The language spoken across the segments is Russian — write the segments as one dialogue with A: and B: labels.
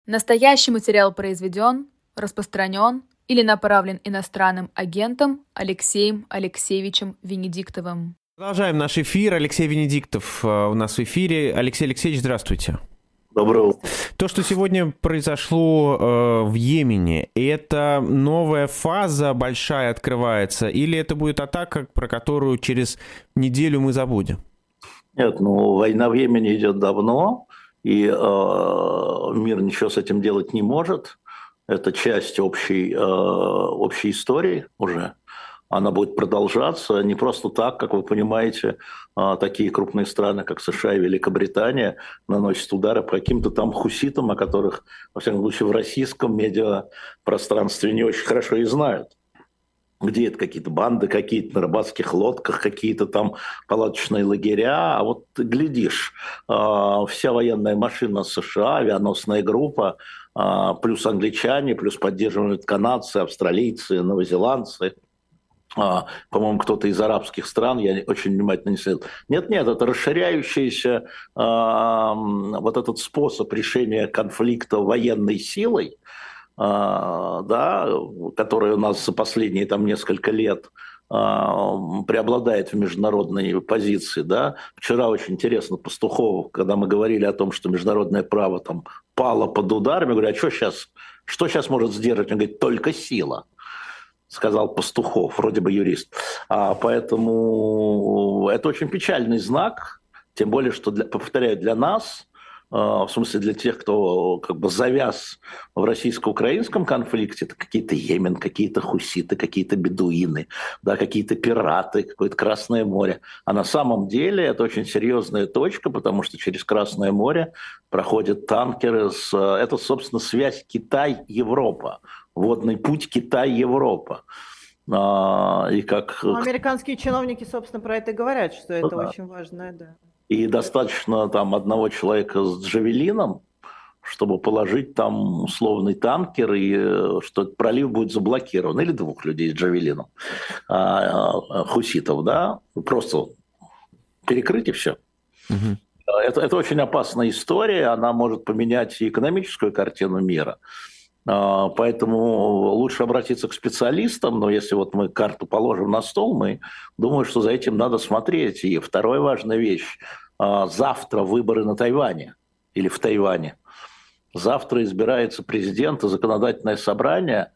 A: Настоящий материал произведен, распространен или направлен иностранным агентом Алексеем Алексеевичем Венедиктовым.
B: Продолжаем наш эфир. Алексей Венедиктов у нас в эфире. Алексей Алексеевич, здравствуйте.
C: Доброе утро.
B: То, что сегодня произошло в Йемене, это новая фаза большая открывается, или это будет атака, про которую через неделю мы забудем?
C: Нет, война в Йемене идет давно, и мир ничего с этим делать не может. Это часть общей истории уже. Она будет продолжаться не просто так, как вы понимаете, такие крупные страны, как США и Великобритания, наносят удары по каким-то там хуситам, о которых, во всяком случае, в российском медиапространстве не очень хорошо и знают. Где это какие-то банды, какие-то на рыбацких лодках, какие-то там палаточные лагеря. А вот глядишь, вся военная машина США, авианосная группа, плюс англичане, плюс поддерживают канадцы, австралийцы, новозеландцы. По-моему, кто-то из арабских стран, я очень внимательно не следил. Нет, это расширяющийся вот этот способ решения конфликта военной силой, который у нас за последние несколько лет преобладает в международной позиции. Да? Вчера очень интересно Пастухов, когда мы говорили о том, что международное право пало под ударами, говорю, что сейчас может сдержать? Он говорит, только сила. Сказал Пастухов, вроде бы юрист. Поэтому это очень печальный знак, тем более, что, повторяю, для нас, в смысле для тех, кто завяз в российско-украинском конфликте, это какие-то Йемен, какие-то хуситы, какие-то бедуины, да, какие-то пираты, какое-то Красное море. А на самом деле это очень серьезная точка, потому что через Красное море проходят танкеры. Это, собственно, связь Китай-Европа. Водный путь Китай-Европа.
D: Американские чиновники, собственно, про это и говорят, что это очень важно. Да.
C: И достаточно одного человека с джавелином, чтобы положить там условный танкер, и что пролив будет заблокирован. Или двух людей с джавелином, хуситов, да? Просто перекрыть и все. Угу. Это очень опасная история, она может поменять и экономическую картину мира. Поэтому лучше обратиться к специалистам, но если мы карту положим на стол, думаю, что за этим надо смотреть. И вторая важная вещь. Завтра выборы на Тайване или в Тайване. Завтра избирается президент и законодательное собрание.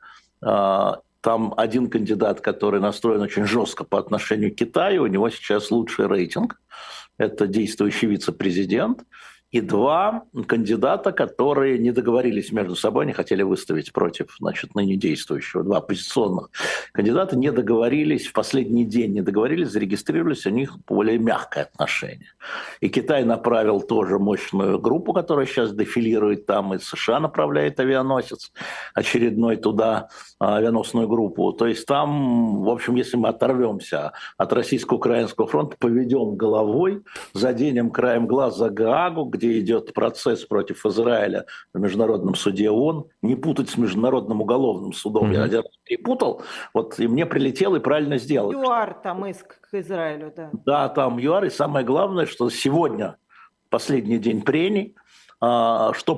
C: Там один кандидат, который настроен очень жестко по отношению к Китаю, у него сейчас лучший рейтинг. Это действующий вице-президент. И два кандидата, которые не договорились между собой, не хотели выставить против, ныне действующего. Два оппозиционных кандидата не договорились, в последний день не договорились, зарегистрировались, у них более мягкое отношение. И Китай направил тоже мощную группу, которая сейчас дефилирует там, и США направляет авианосец очередной туда, авианосную группу. То есть там, в общем, если мы оторвемся от российско-украинского фронта, поведем головой, заденем краем глаза Гаагу, где идет процесс против Израиля в Международном суде ООН, не путать с Международным уголовным судом. Я один раз перепутал, и мне прилетело, и правильно сделал.
D: ЮАР, там иск к Израилю, да.
C: Да, там ЮАР, и самое главное, что сегодня последний день прений, что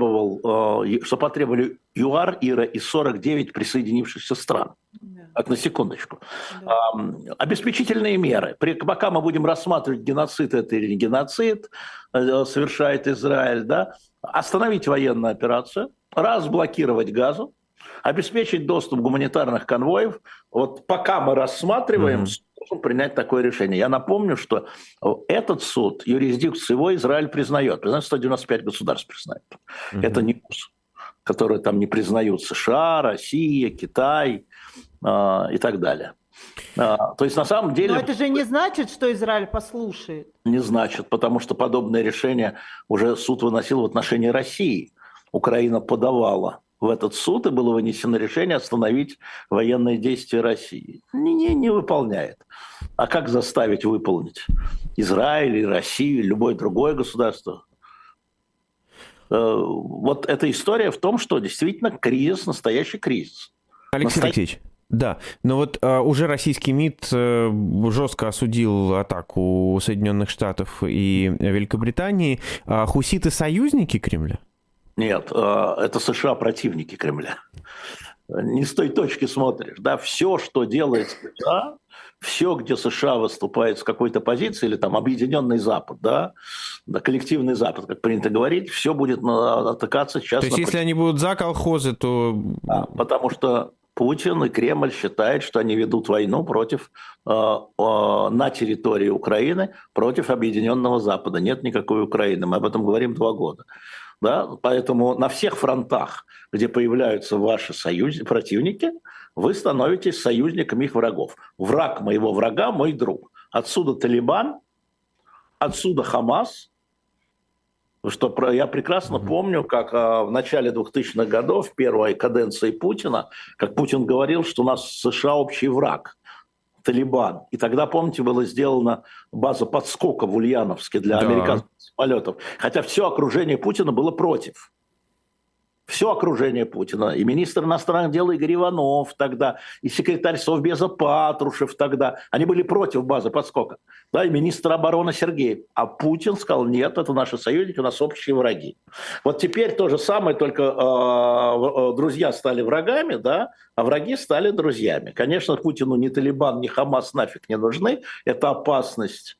C: потребовали ЮАР, ИРА и 49 присоединившихся стран. Так, на секундочку. Да. Обеспечительные меры. Пока мы будем рассматривать, геноцид это или не геноцид, совершает Израиль, да, остановить военную операцию, разблокировать Газу, обеспечить доступ гуманитарных конвоев. Пока мы рассматриваем, должен принять такое решение. Я напомню, что этот суд, юрисдикцию его Израиль признает. 195 государств признает. Это не УС, которые там не признают США, Россия, Китай и так далее. То есть на самом деле...
D: Но это же не значит, что Израиль послушает.
C: Не значит, потому что подобное решение уже суд выносил в отношении России. Украина подавала в этот суд, и было вынесено решение остановить военные действия России. Не выполняет. А как заставить выполнить? Израиль, и Россию, любое другое государство? Эта история в том, что действительно кризис, настоящий кризис.
B: Алексей Алексеевич, да, но уже российский МИД жестко осудил атаку Соединенных Штатов и Великобритании. Хуситы союзники Кремля?
C: Нет, это США противники Кремля. Не с той точки смотришь. Да? Все, что делает США, все, где США выступает с какой-то позиции, или там Объединенный Запад, да, коллективный Запад, как принято говорить, все будет натыкаться сейчас.
B: То есть, если они будут за колхозы, то...
C: Да, потому что Путин и Кремль считают, что они ведут войну против, на территории Украины против Объединенного Запада. Нет никакой Украины. Мы об этом говорим 2 года. Да? Поэтому на всех фронтах, где появляются ваши противники, вы становитесь союзниками их врагов. Враг моего врага – мой друг. Отсюда Талибан, отсюда Хамас. Что я прекрасно помню, как в начале 2000-х годов, в первой каденции Путина, как Путин говорил, что у нас с США общий враг – Талибан. И тогда, помните, была сделана база подскока в Ульяновске для американских самолетов. Хотя все окружение Путина было против. Все окружение Путина. И министр иностранных дел Игорь Иванов тогда, и секретарь Совбеза Патрушев тогда. Они были против базы подскока. Да, и министр обороны Сергеев. А Путин сказал, нет, это наши союзники, у нас общие враги. Вот теперь то же самое, только друзья стали врагами, да, а враги стали друзьями. Конечно, Путину ни Талибан, ни Хамас нафиг не нужны. Это опасность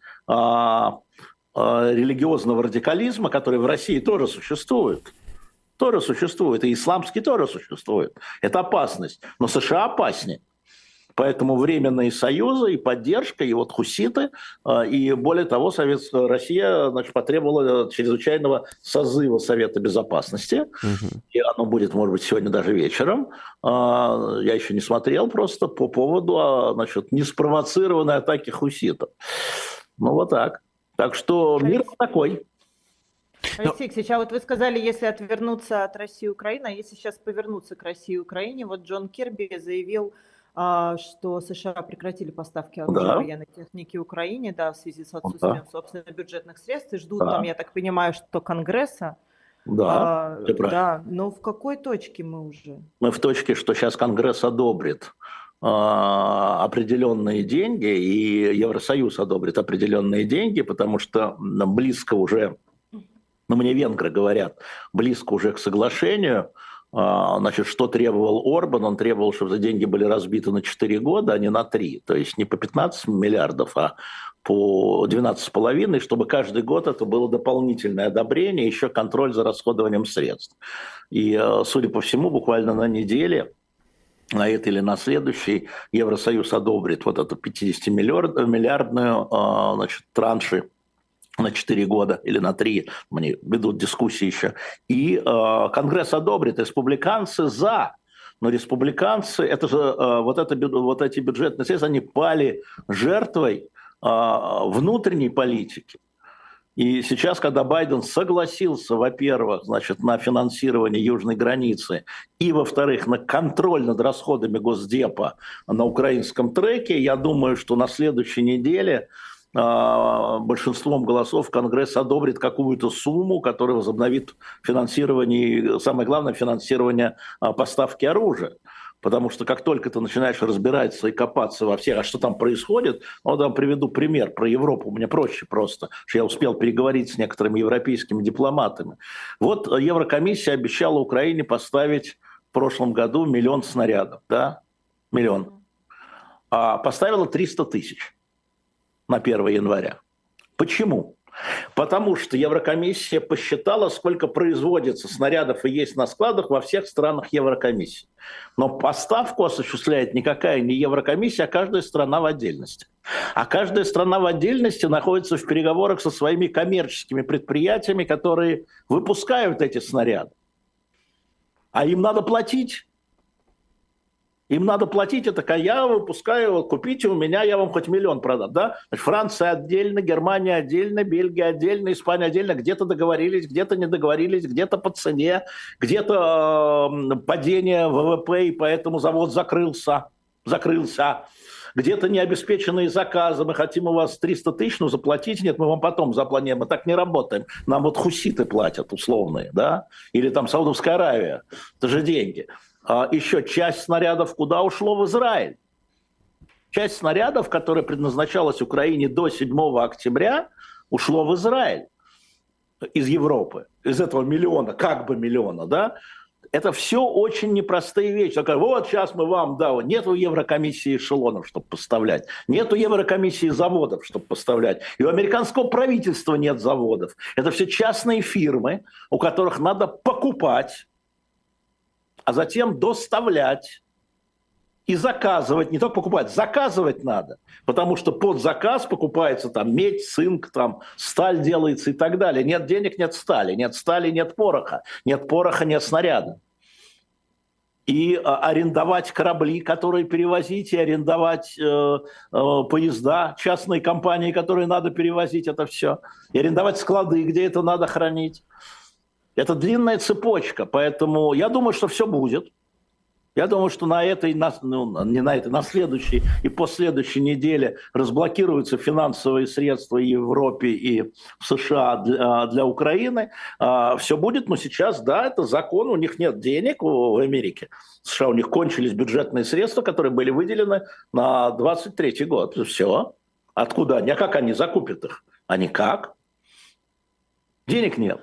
C: религиозного радикализма, который в России тоже существует. Тоже существует, и исламский тоже существует. Это опасность. Но США опаснее. Поэтому временные союзы и поддержка, и вот хуситы, и более того, Россия, значит, потребовала чрезвычайного созыва Совета Безопасности, и оно будет, может быть, сегодня даже вечером. Я еще не смотрел просто по поводу, значит, неспровоцированной атаки хуситов. Ну вот так. Так что мир такой.
D: Алексей Алексеевич, а вот вы сказали, если отвернуться от России и Украины, а если сейчас повернуться к России и Украине, вот Джон Кирби заявил, что США прекратили поставки оружия и военной техники Украине, да, в связи с отсутствием, собственно, бюджетных средств, и ждут там, я так понимаю, что Конгресса.
C: Да,
D: да, но в какой точке мы уже?
C: Мы в точке, что сейчас Конгресс одобрит определенные деньги, и Евросоюз одобрит определенные деньги, потому что близко уже... Но мне венгры говорят, близко уже к соглашению. Значит, что требовал Орбан? Он требовал, чтобы деньги были разбиты на 4 года, а не на 3. То есть не по 15 миллиардов, а по 12,5, чтобы каждый год это было дополнительное одобрение, еще контроль за расходованием средств. И, судя по всему, буквально на неделе, на этой или на следующей, Евросоюз одобрит вот эту 50-миллиардную, значит, транши на 4 года или на 3, мне ведут дискуссии еще, и Конгресс одобрит, республиканцы за, но республиканцы, это же вот эти бюджетные средства, они пали жертвой внутренней политики. И сейчас, когда Байден согласился, во-первых, значит, на финансирование южной границы, и, во-вторых, на контроль над расходами Госдепа на украинском треке, я думаю, что на следующей неделе большинством голосов Конгресс одобрит какую-то сумму, которая возобновит финансирование, самое главное, финансирование поставки оружия. Потому что как только ты начинаешь разбираться и копаться во всех, а что там происходит, вот я вам приведу пример про Европу, мне проще просто, что я успел переговорить с некоторыми европейскими дипломатами. Вот Еврокомиссия обещала Украине поставить в прошлом году 1 000 000 снарядов, да, 1 000 000, а поставила 300 000 на 1 января. Почему? Потому что Еврокомиссия посчитала, сколько производится снарядов и есть на складах во всех странах Еврокомиссии. Но поставку осуществляет никакая не Еврокомиссия, а каждая страна в отдельности. А каждая страна в отдельности находится в переговорах со своими коммерческими предприятиями, которые выпускают эти снаряды. А им надо платить. Им надо платить, это я выпускаю, купите у меня, я вам хоть 1 000 000 продам. Да? Франция отдельно, Германия отдельно, Бельгия отдельно, Испания отдельно. Где-то договорились, где-то не договорились, где-то по цене, где-то падение ВВП, и поэтому завод закрылся. Где-то необеспеченные заказы, мы хотим у вас 300 000, но заплатить нет, мы вам потом заплатим. Мы так не работаем. Нам вот хуситы платят условные, да? Или там Саудовская Аравия. Это же деньги. Еще часть снарядов куда ушло? В Израиль. Часть снарядов, которая предназначалась Украине до 7 октября, ушло в Израиль. из Европы, из этого миллиона, как бы миллиона, да, это все очень непростые вещи. Такая, вот сейчас мы вам, да, нету Еврокомиссии эшелонов, чтобы поставлять, нету Еврокомиссии заводов, чтобы поставлять, и у американского правительства нет заводов. Это все частные фирмы, у которых надо покупать, а затем доставлять и заказывать, не только покупать, заказывать надо, потому что под заказ покупается там медь, цинк, там сталь делается и так далее. Нет денег, нет стали, нет пороха, нет снаряда. И арендовать корабли, которые перевозить, и арендовать поезда, частные компании, которые надо перевозить, это все. И арендовать склады, где это надо хранить. Это длинная цепочка, поэтому я думаю, что все будет. Я думаю, что на следующей и последующей неделе разблокируются финансовые средства и в Европе, и в США для Украины. Все будет, но сейчас, да, это закон, у них нет денег в Америке. В США у них кончились бюджетные средства, которые были выделены на 2023 год. Все. Откуда они? А как они закупят их? А никак. Денег нет.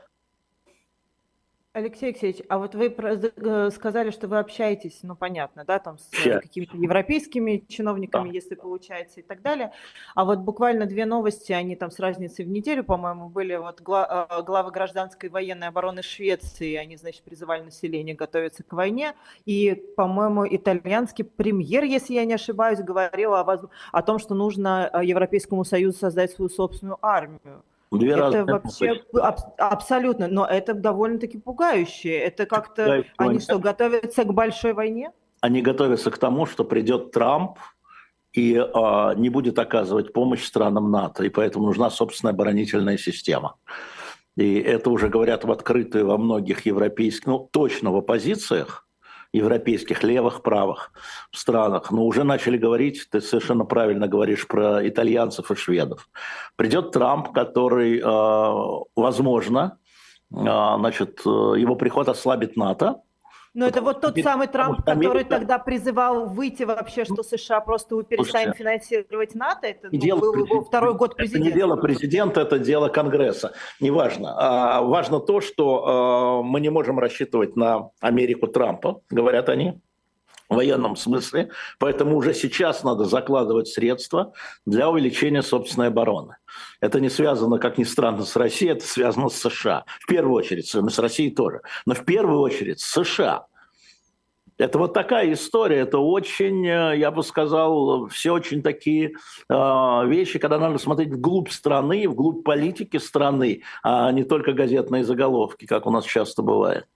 D: Алексей Алексеевич, а вот вы сказали, что вы общаетесь, ну понятно, да, там с какими-то европейскими чиновниками, если получается, и так далее. А вот буквально 2 новости, они там с разницей в неделю, по-моему, были. Вот главы гражданской и военной обороны Швеции, они, значит, призывали население готовиться к войне. И, по-моему, итальянский премьер, если я не ошибаюсь, говорил о том, что нужно Европейскому Союзу создать свою собственную армию. Это вообще абсолютно, но это довольно-таки пугающе. Это как-то, они что, готовятся к большой войне?
C: Они готовятся к тому, что придет Трамп и не будет оказывать помощь странам НАТО, и поэтому нужна собственная оборонительная система. И это уже говорят в открытую во многих европейских, ну точно в оппозициях, европейских, левых, правых странах, но уже начали говорить, ты совершенно правильно говоришь про итальянцев и шведов. Придет Трамп, который, возможно, значит, его приход ослабит НАТО.
D: Но это вот тот самый Трамп, который тогда призывал выйти вообще, что США просто перестанем финансировать НАТО. Это был его второй год президента.
C: Это не дело президента, это дело Конгресса. Неважно. Важно то, что мы не можем рассчитывать на Америку Трампа, говорят они, в военном смысле. Поэтому уже сейчас надо закладывать средства для увеличения собственной обороны. Это не связано, как ни странно, с Россией, это связано с США. В первую очередь, с Россией тоже. Но в первую очередь с США. Это вот такая история, это очень, я бы сказал, все очень такие вещи, когда надо смотреть вглубь страны, вглубь политики страны, а не только газетные заголовки, как у нас часто бывает.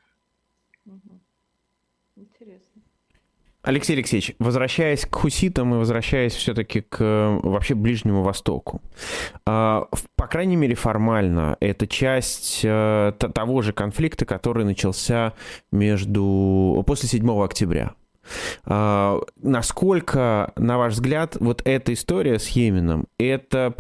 B: Алексей Алексеевич, возвращаясь к хуситам и возвращаясь все-таки к вообще Ближнему Востоку, по крайней мере формально, это часть того же конфликта, который начался после 7 октября. Насколько, на ваш взгляд, вот эта история с Йеменом, это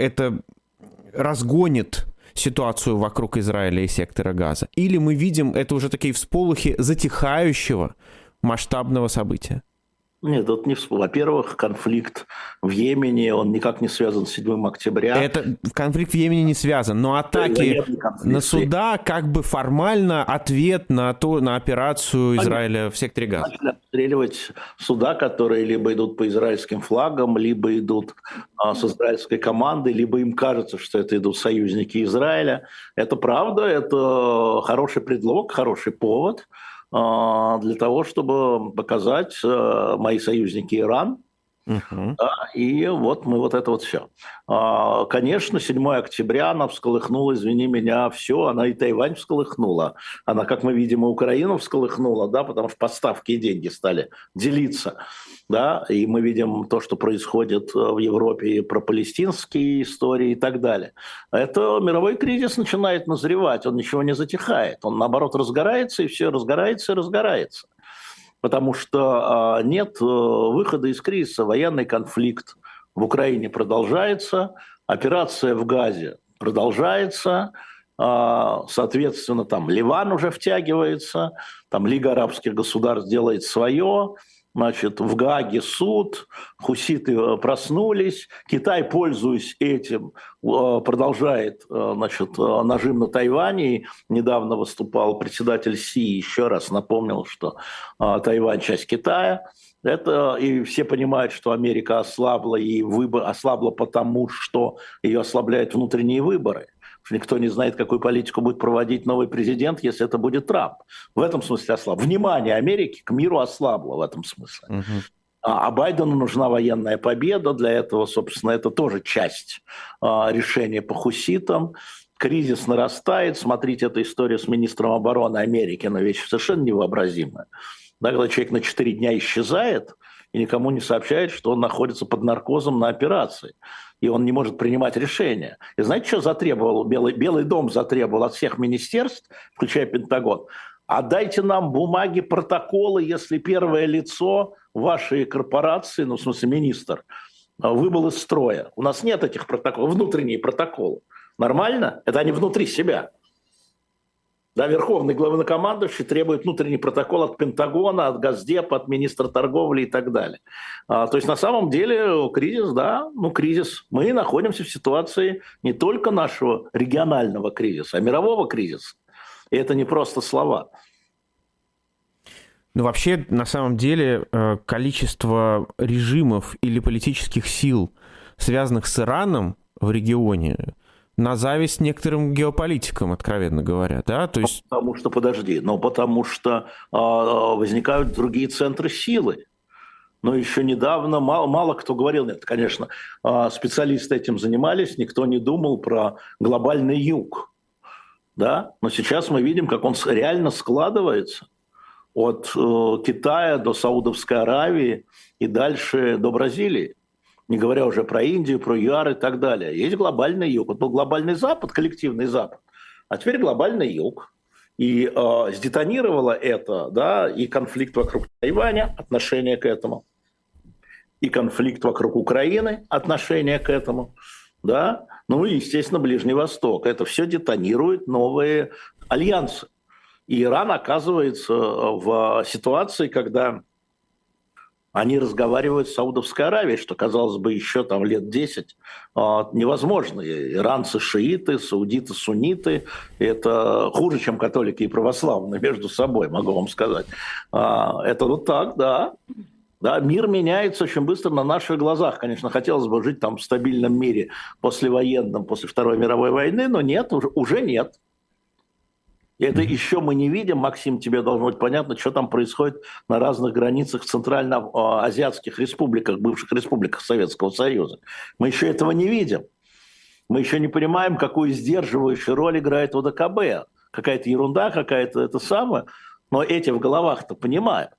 B: разгонит ситуацию вокруг Израиля и сектора Газа? Или мы видим это уже такие всполохи затихающего масштабного события?
C: Нет, тут не во-первых, конфликт в Йемене, он никак не связан с 7 октября.
B: Это конфликт в Йемене не связан, но атаки на суда как бы формально ответ на операцию Израиля в секторе Газа.
C: Начали обстреливать суда, которые либо идут по израильским флагам, либо идут с израильской командой, либо им кажется, что это идут союзники Израиля. Это правда, это хороший предлог, хороший повод для того, чтобы показать мои союзники Иран. И вот мы вот это вот все. Конечно, 7 октября она всколыхнула, извини меня, все, она и Тайвань всколыхнула. Она, как мы видим, и Украину всколыхнула, да, потому что поставки и деньги стали делиться. Да, и мы видим то, что происходит в Европе, про палестинские истории и так далее. Это мировой кризис начинает назревать, он ничего не затихает, он наоборот разгорается, и все разгорается и разгорается. Потому что нет выхода из кризиса, военный конфликт в Украине продолжается, операция в Газе продолжается, соответственно, там Ливан уже втягивается, там Лига арабских государств делает свое, Значит, в Гааге суд, хуситы проснулись, Китай, пользуясь этим, продолжает, значит, нажим на Тайване. И недавно выступал председатель Си, еще раз напомнил, что Тайвань – часть Китая. Это, и все понимают, что Америка ослабла, и ослабла потому, что ее ослабляют внутренние выборы. Никто не знает, какую политику будет проводить новый президент, если это будет Трамп. В этом смысле ослаб. Внимание Америки к миру ослабло в этом смысле. А Байдену нужна военная победа. Для этого, собственно, это тоже часть решения по хуситам. Кризис нарастает. Смотрите, эта история с министром обороны Америки, она вещь совершенно невообразимая. Да, когда человек на 4 дня исчезает и никому не сообщает, что он находится под наркозом на операции, и он не может принимать решения. И знаете, что затребовал Белый дом затребовал от всех министерств, включая Пентагон? Отдайте нам бумаги, протоколы, если первое лицо вашей корпорации, ну, в смысле министр, выбыл из строя. У нас нет этих протоколов, внутренние протоколы. Нормально? Это они внутри себя. Да, верховный главнокомандующий требует внутренний протокол от Пентагона, от Госдепа, от министра торговли и так далее. То есть на самом деле кризис, да, ну кризис. Мы находимся в ситуации не только нашего регионального кризиса, а мирового кризиса. И это не просто слова.
B: Ну вообще, на самом деле, количество режимов или политических сил, связанных с Ираном в регионе, на зависть некоторым геополитикам, откровенно говоря, да? То есть...
C: Потому что, подожди, потому что возникают другие центры силы. Но еще недавно мало кто говорил, нет, конечно, специалисты этим занимались, никто не думал про глобальный юг, да? Но сейчас мы видим, как он реально складывается от Китая до Саудовской Аравии и дальше до Бразилии. Не говоря уже про Индию, про ЮАР и так далее. Есть глобальный юг. Вот был глобальный Запад, коллективный Запад, а теперь глобальный юг. И сдетонировало это, да, и конфликт вокруг Тайваня, отношение к этому, и конфликт вокруг Украины, отношение к этому, да, ну и, естественно, Ближний Восток. Это все детонирует новые альянсы. И Иран оказывается в ситуации, когда они разговаривают с Саудовской Аравией, что, казалось бы, еще там лет 10 невозможно. Иранцы шииты, саудиты сунниты. Это хуже, чем католики и православные между собой, могу вам сказать. Это вот так, да. Да, мир меняется очень быстро на наших глазах. Конечно, хотелось бы жить там в стабильном мире послевоенном, после Второй мировой войны, но нет, уже нет. И это еще мы не видим, Максим, тебе должно быть понятно, что там происходит на разных границах в центральноазиатских республиках, бывших республиках Советского Союза. Мы еще этого не видим. Мы еще не понимаем, какую сдерживающую роль играет ОДКБ. Какая-то ерунда, какая-то это самое, но эти в головах-то понимают.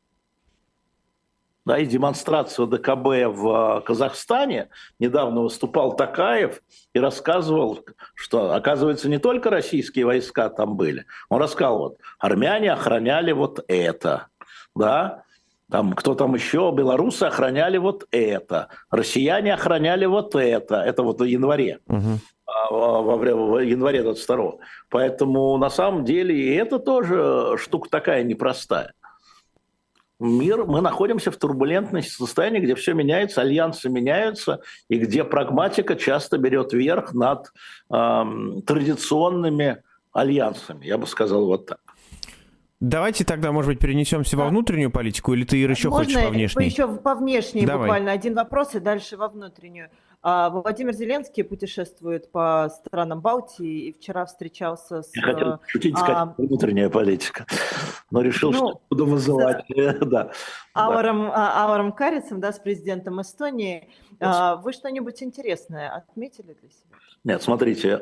C: Да, и демонстрацию ДКБ в Казахстане недавно выступал Токаев и рассказывал, что, оказывается, не только российские войска там были. Он рассказал, вот, армяне охраняли вот это, да, там, кто там еще, белорусы охраняли вот это, россияне охраняли вот это вот в январе. В январе 22-го. Поэтому на самом деле и это тоже штука такая непростая. Мир, мы находимся в турбулентном состоянии, где все меняется, альянсы меняются, и где прагматика часто берет верх над традиционными альянсами, я бы сказал вот так.
B: Давайте тогда, может быть, перенесемся во внутреннюю политику, или ты, Ира, еще хочешь по внешней?
D: Еще по внешней.
B: Давай.
D: Буквально один вопрос, и дальше во внутреннюю. Владимир Зеленский путешествует по странам Балтии и вчера встречался с...
C: Я хотел шутить, сказать, внутренняя политика, но решил, что буду вызывать.
D: Ауром Карицем, да, с президентом Эстонии. Вы что-нибудь интересное отметили для себя?
C: Нет, смотрите,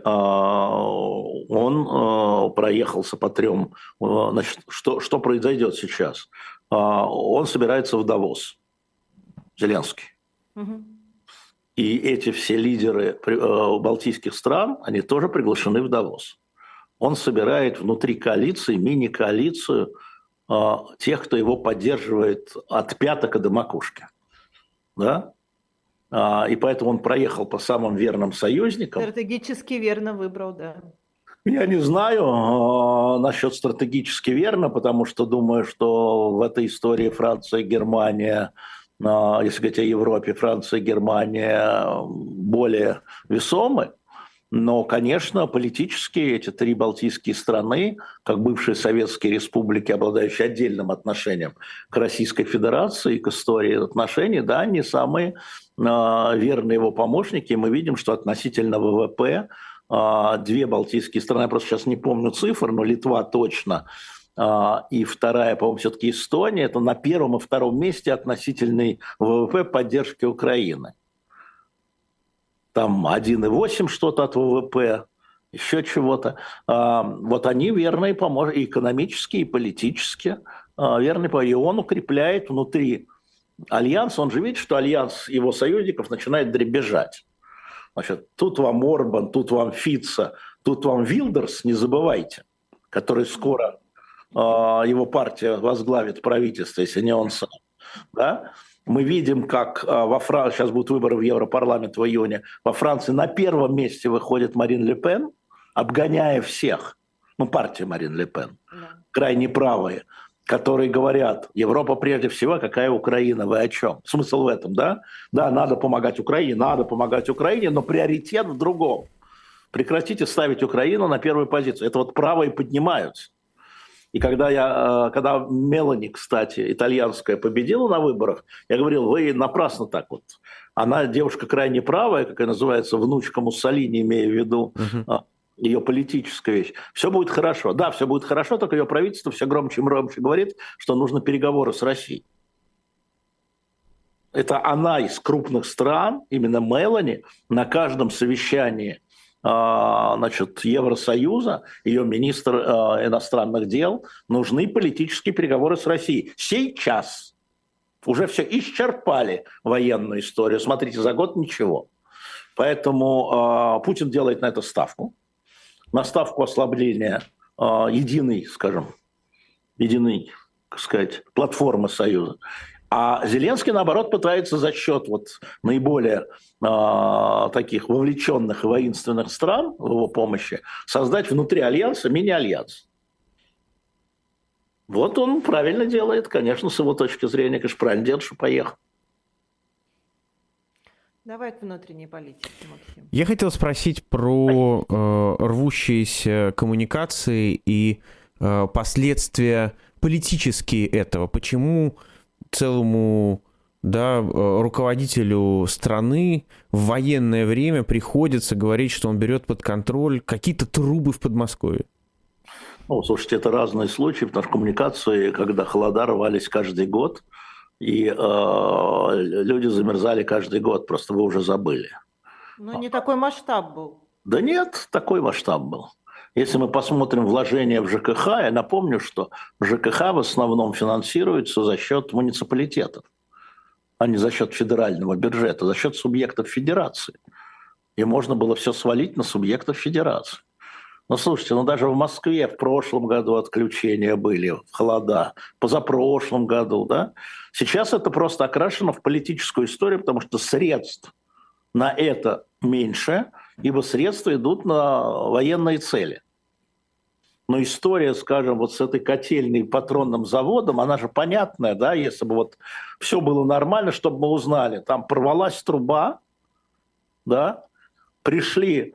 C: он проехался по 3. Значит, что произойдет сейчас? Он собирается в Давос, Зеленский.
D: Угу.
C: И эти все лидеры балтийских стран, они тоже приглашены в Давос. Он собирает внутри коалиции, мини-коалицию тех, кто его поддерживает от пяток до макушки. Да? И поэтому он проехал по самым верным союзникам.
D: Стратегически верно выбрал, да.
C: Я не знаю, насчет стратегически верно, потому что думаю, что в этой истории Франция и Германия, если говорить о Европе, Франция и Германия более весомы. Но, конечно, политически эти три балтийские страны, как бывшие советские республики, обладающие отдельным отношением к Российской Федерации и к истории отношений, да, они самые верные его помощники. И мы видим, что относительно ВВП две балтийские страны, я просто сейчас не помню цифр, но Литва точно, и вторая, по-моему, все-таки Эстония, это на первом и втором месте относительной ВВП поддержки Украины. Там 1,8 что-то от ВВП, еще чего-то. Вот они верные помощники, и экономически, и политически верные. И он укрепляет внутри альянса. Он же видит, что альянс его союзников начинает дребезжать. Значит, тут вам Орбан, тут вам Фица, тут вам Вилдерс, не забывайте, который скоро его партия возглавит правительство, если не он сам. Да? Мы видим, как во Франции, сейчас будут выборы в Европарламент в июне, во Франции на первом месте выходит Марин Ле Пен, обгоняя всех, партия Марин Ле Пен, крайне правые, которые говорят, Европа прежде всего, какая Украина, вы о чем? Смысл в этом, да? Да, надо помогать Украине, но приоритет в другом. Прекратите ставить Украину на первую позицию. Это вот правые поднимаются. И когда Мелани, кстати, итальянская, победила на выборах, я говорил, вы напрасно так вот. Она девушка крайне правая, как называется, внучка Муссолини, имея в виду ее политическая вещь. Все будет хорошо. Да, все будет хорошо, только ее правительство все громче и громче говорит, что нужно переговоры с Россией. Это она из крупных стран, именно Мелани, на каждом совещании Евросоюза, ее министр иностранных дел, нужны политические переговоры с Россией. Сейчас уже все исчерпали военную историю. Смотрите, за год ничего. Поэтому Путин делает на это ставку. На ставку ослабления единой, так сказать, платформы Союза. А Зеленский, наоборот, пытается за счет наиболее таких вовлеченных и воинственных стран в его помощи создать внутри альянса мини-альянс. Вот он правильно делает, конечно, с его точки зрения, конечно, правильно делает, что поехал.
D: Давай к внутренней политике, Максим.
B: Я хотел спросить про рвущиеся коммуникации и последствия политические этого. Почему целому руководителю страны в военное время приходится говорить, что он берет под контроль какие-то трубы в Подмосковье?
C: Слушайте, это разные случаи, потому что коммуникации, когда холода рвались каждый год, и люди замерзали каждый год, просто вы уже забыли.
D: Не такой масштаб был.
C: Да нет, такой масштаб был. Если мы посмотрим вложения в ЖКХ, я напомню, что ЖКХ в основном финансируется за счет муниципалитетов, а не за счет федерального бюджета, за счет субъектов федерации. И можно было все свалить на субъектов федерации. Слушайте, даже в Москве в прошлом году отключения были, холода, позапрошлом году, да? Сейчас это просто окрашено в политическую историю, потому что средств на это меньше, ибо средства идут на военные цели. Но история, скажем, с этой котельной патронным заводом, она же понятная, да, если бы все было нормально, чтобы мы узнали, там порвалась труба, да, пришли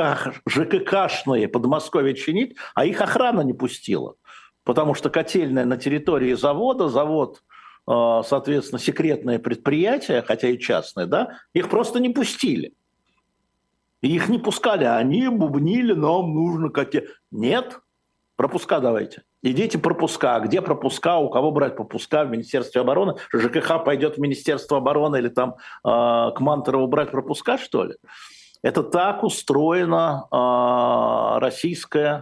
C: ЖКХшные Подмосковье чинить, а их охрана не пустила, потому что котельная на территории завода, завод, соответственно, секретное предприятие, хотя и частное, да, их просто не пустили. И их не пускали, они бубнили, нам нужно котельная. Нет, пропуска давайте. Идите пропуска. Где пропуска? У кого брать пропуска? В Министерстве обороны? ЖКХ пойдет в Министерство обороны или там к Мантурову брать пропуска, что ли? Это так устроена российская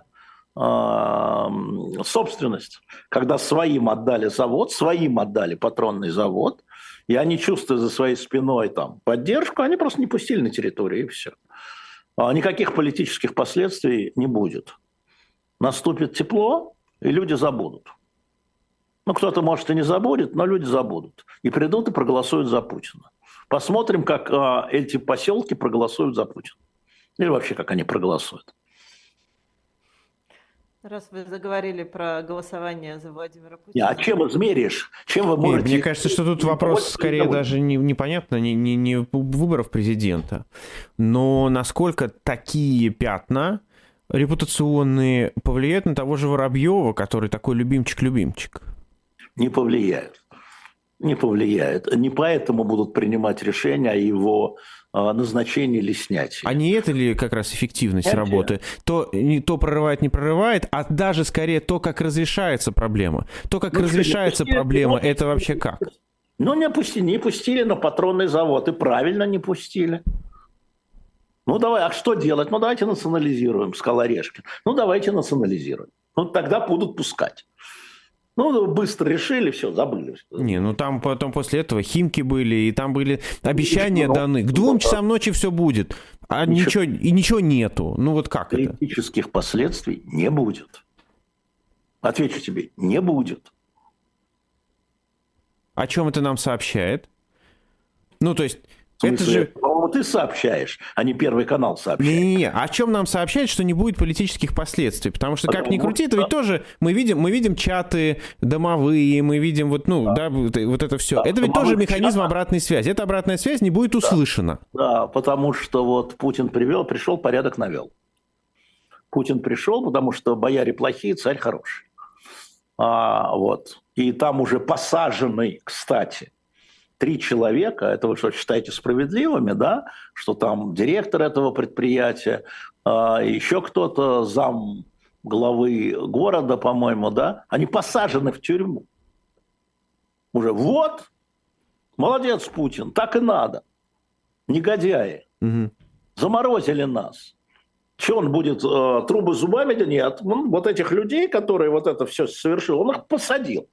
C: собственность. Когда своим отдали завод, своим отдали патронный завод, и они, чувствуя за своей спиной поддержку, они просто не пустили на территорию, и все. Никаких политических последствий не будет. Наступит тепло, и люди забудут. Кто-то, может, и не забудет, но люди забудут. И придут и проголосуют за Путина. Посмотрим, как эти поселки проголосуют за Путина. Или вообще, как они проголосуют.
D: Раз вы заговорили про голосование за Владимира Путина.
C: А чем измеришь? Чем вы можете...
B: Мне кажется, что тут вопрос скорее даже непонятно, не выборов президента, но насколько такие пятна репутационные повлияют на того же Воробьева, который такой любимчик-любимчик?
C: Не повлияют. Не повлияет. Не поэтому будут принимать решения о его назначении или снятии.
B: А не это ли как раз эффективность работы? То прорывает, не прорывает, а даже скорее то, как разрешается проблема. То, как разрешается проблема, это вообще как?
C: Не пустили на патронный завод. И правильно не пустили. А что делать? Давайте национализируем, сказал Орешкин. Давайте национализируем. Тогда будут пускать. Быстро решили, все, забыли.
B: Там потом после этого Химки были, и там были обещания даны. К 2 часам ночи все будет, а ничего нету. Как это?
C: Политических последствий не будет. Отвечу тебе, не будет.
B: О чем это нам сообщает?
C: Это же... По-моему, ты сообщаешь, а не Первый канал сообщает.
B: Не, о чем нам сообщает, что не будет политических последствий? Потому что, как ни крути, это ведь тоже мы видим чаты домовые, мы видим вот это все. Это ведь тоже механизм обратной связи. Эта обратная связь не будет услышана.
C: Да, потому что Путин пришел, порядок навел. Путин пришел, потому что бояре плохие, царь хороший. И там уже посаженный, кстати, 3 человека, это вы что, считаете справедливыми, да? Что там директор этого предприятия, еще кто-то, зам главы города, по-моему, да? Они посажены в тюрьму. Уже молодец Путин, так и надо. Негодяи. Угу. Заморозили нас. Что он будет трубы зубами? Да нет. Этих людей, которые это все совершил, он их посадил.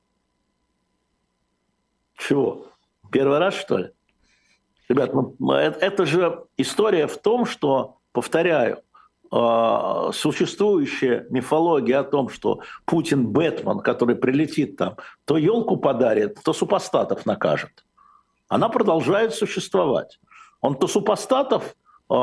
C: Чего? Первый раз, что ли? Ребят, это же история в том, что, повторяю, существующая мифология о том, что Путин Бэтмен, который прилетит там, то елку подарит, то супостатов накажет. Она продолжает существовать. Он то супостатов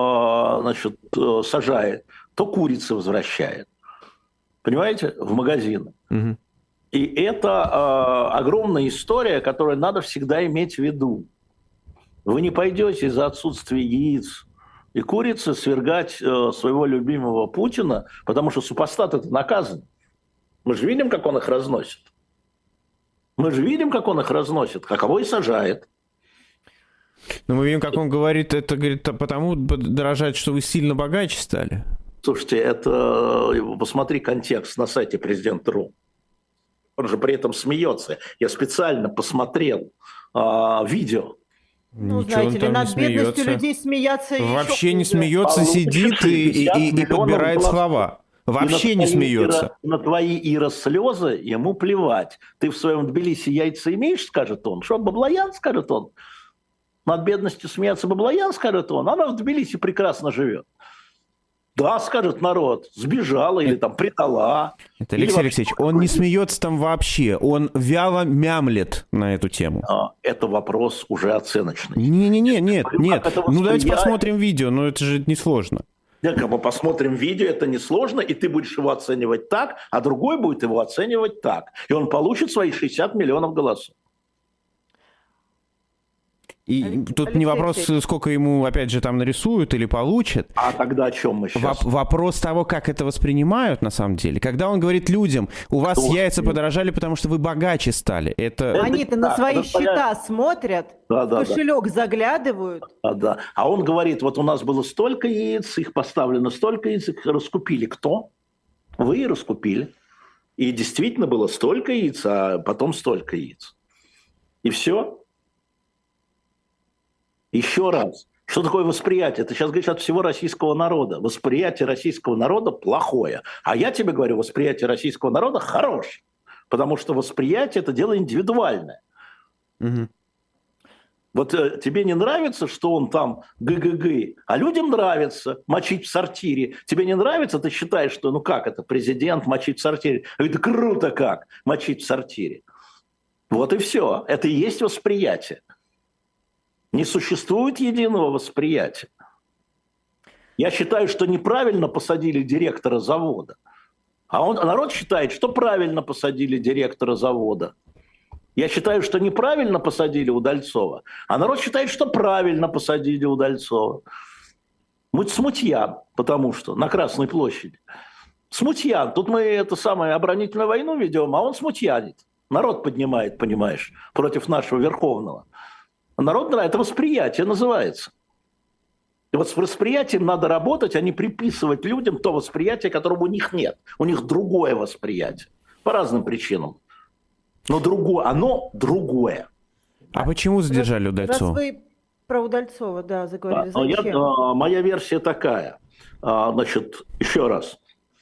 C: сажает, то курицы возвращает. Понимаете? В магазины. Угу. И это огромная история, которую надо всегда иметь в виду. Вы не пойдете из-за отсутствия яиц и курицы свергать своего любимого Путина, потому что супостат это наказан. Мы же видим, как он их разносит. Каково и сажает.
B: Но мы видим, как он говорит, это говорит, потому дорожать, что вы сильно богаче стали.
C: Слушайте, посмотри контекст на сайте президента.ру. Он же при этом смеется. Я специально посмотрел видео.
D: Знаете ли, над бедностью людей смеяться
B: вообще не смеется, сидит и подбирает слова. Вообще не смеется.
C: На твои слезы ему плевать. Ты в своем Тбилиси яйца имеешь, скажет он. Что, Баблоян, скажет он. Над бедностью смеяться Баблоян, скажет он. Она в Тбилиси прекрасно живет. Да, скажет народ, сбежала или там предала.
B: Это, Алексей Алексеевич, он не смеется там вообще, он вяло мямлет на эту тему.
C: Это вопрос уже оценочный.
B: Нет. Давайте посмотрим видео, но это же несложно.
C: Посмотрим видео, это несложно, и ты будешь его оценивать так, а другой будет его оценивать так. И он получит свои 60 миллионов голосов.
B: И тут не вопрос, сколько ему, опять же, там нарисуют или получат.
C: А тогда о чем мы сейчас?
B: Вопрос того, как это воспринимают на самом деле. Когда он говорит людям, у вас яйца подорожали, потому что вы богаче стали.
D: Они-то на свои счета смотрят, кошелек заглядывают.
C: Да. А он говорит, у нас было столько яиц, их поставлено столько яиц, их раскупили. Кто? Вы раскупили. И действительно было столько яиц, а потом столько яиц. И все. Еще раз, что такое восприятие? Это сейчас говоришь от всего российского народа. Восприятие российского народа плохое. А я тебе говорю, восприятие российского народа хорошее. Потому что восприятие – это дело индивидуальное. Угу. Тебе не нравится, что он там ГГГ, а людям нравится мочить в сортире. Тебе не нравится, ты считаешь, что как это, президент мочить в сортире? Это круто как, мочить в сортире. Вот и все. Это и есть восприятие. Не существует единого восприятия. Я считаю, что неправильно посадили директора завода. А народ считает, что правильно посадили директора завода. Я считаю, что неправильно посадили Удальцова, а народ считает, что правильно посадили Удальцова. Смутьян, потому что на Красной площади. Смутьян. Тут мы оборонительную войну ведем, а он смутьянит. Народ поднимает, понимаешь, против нашего Верховного. Народ, это восприятие называется. И вот с восприятием надо работать, а не приписывать людям то восприятие, которого у них нет. У них другое восприятие. По разным причинам. Но оно другое.
B: А почему задержали Удальцова?
D: Раз вы про Удальцова, заговорили. Зачем?
C: Моя версия такая. Значит, еще раз.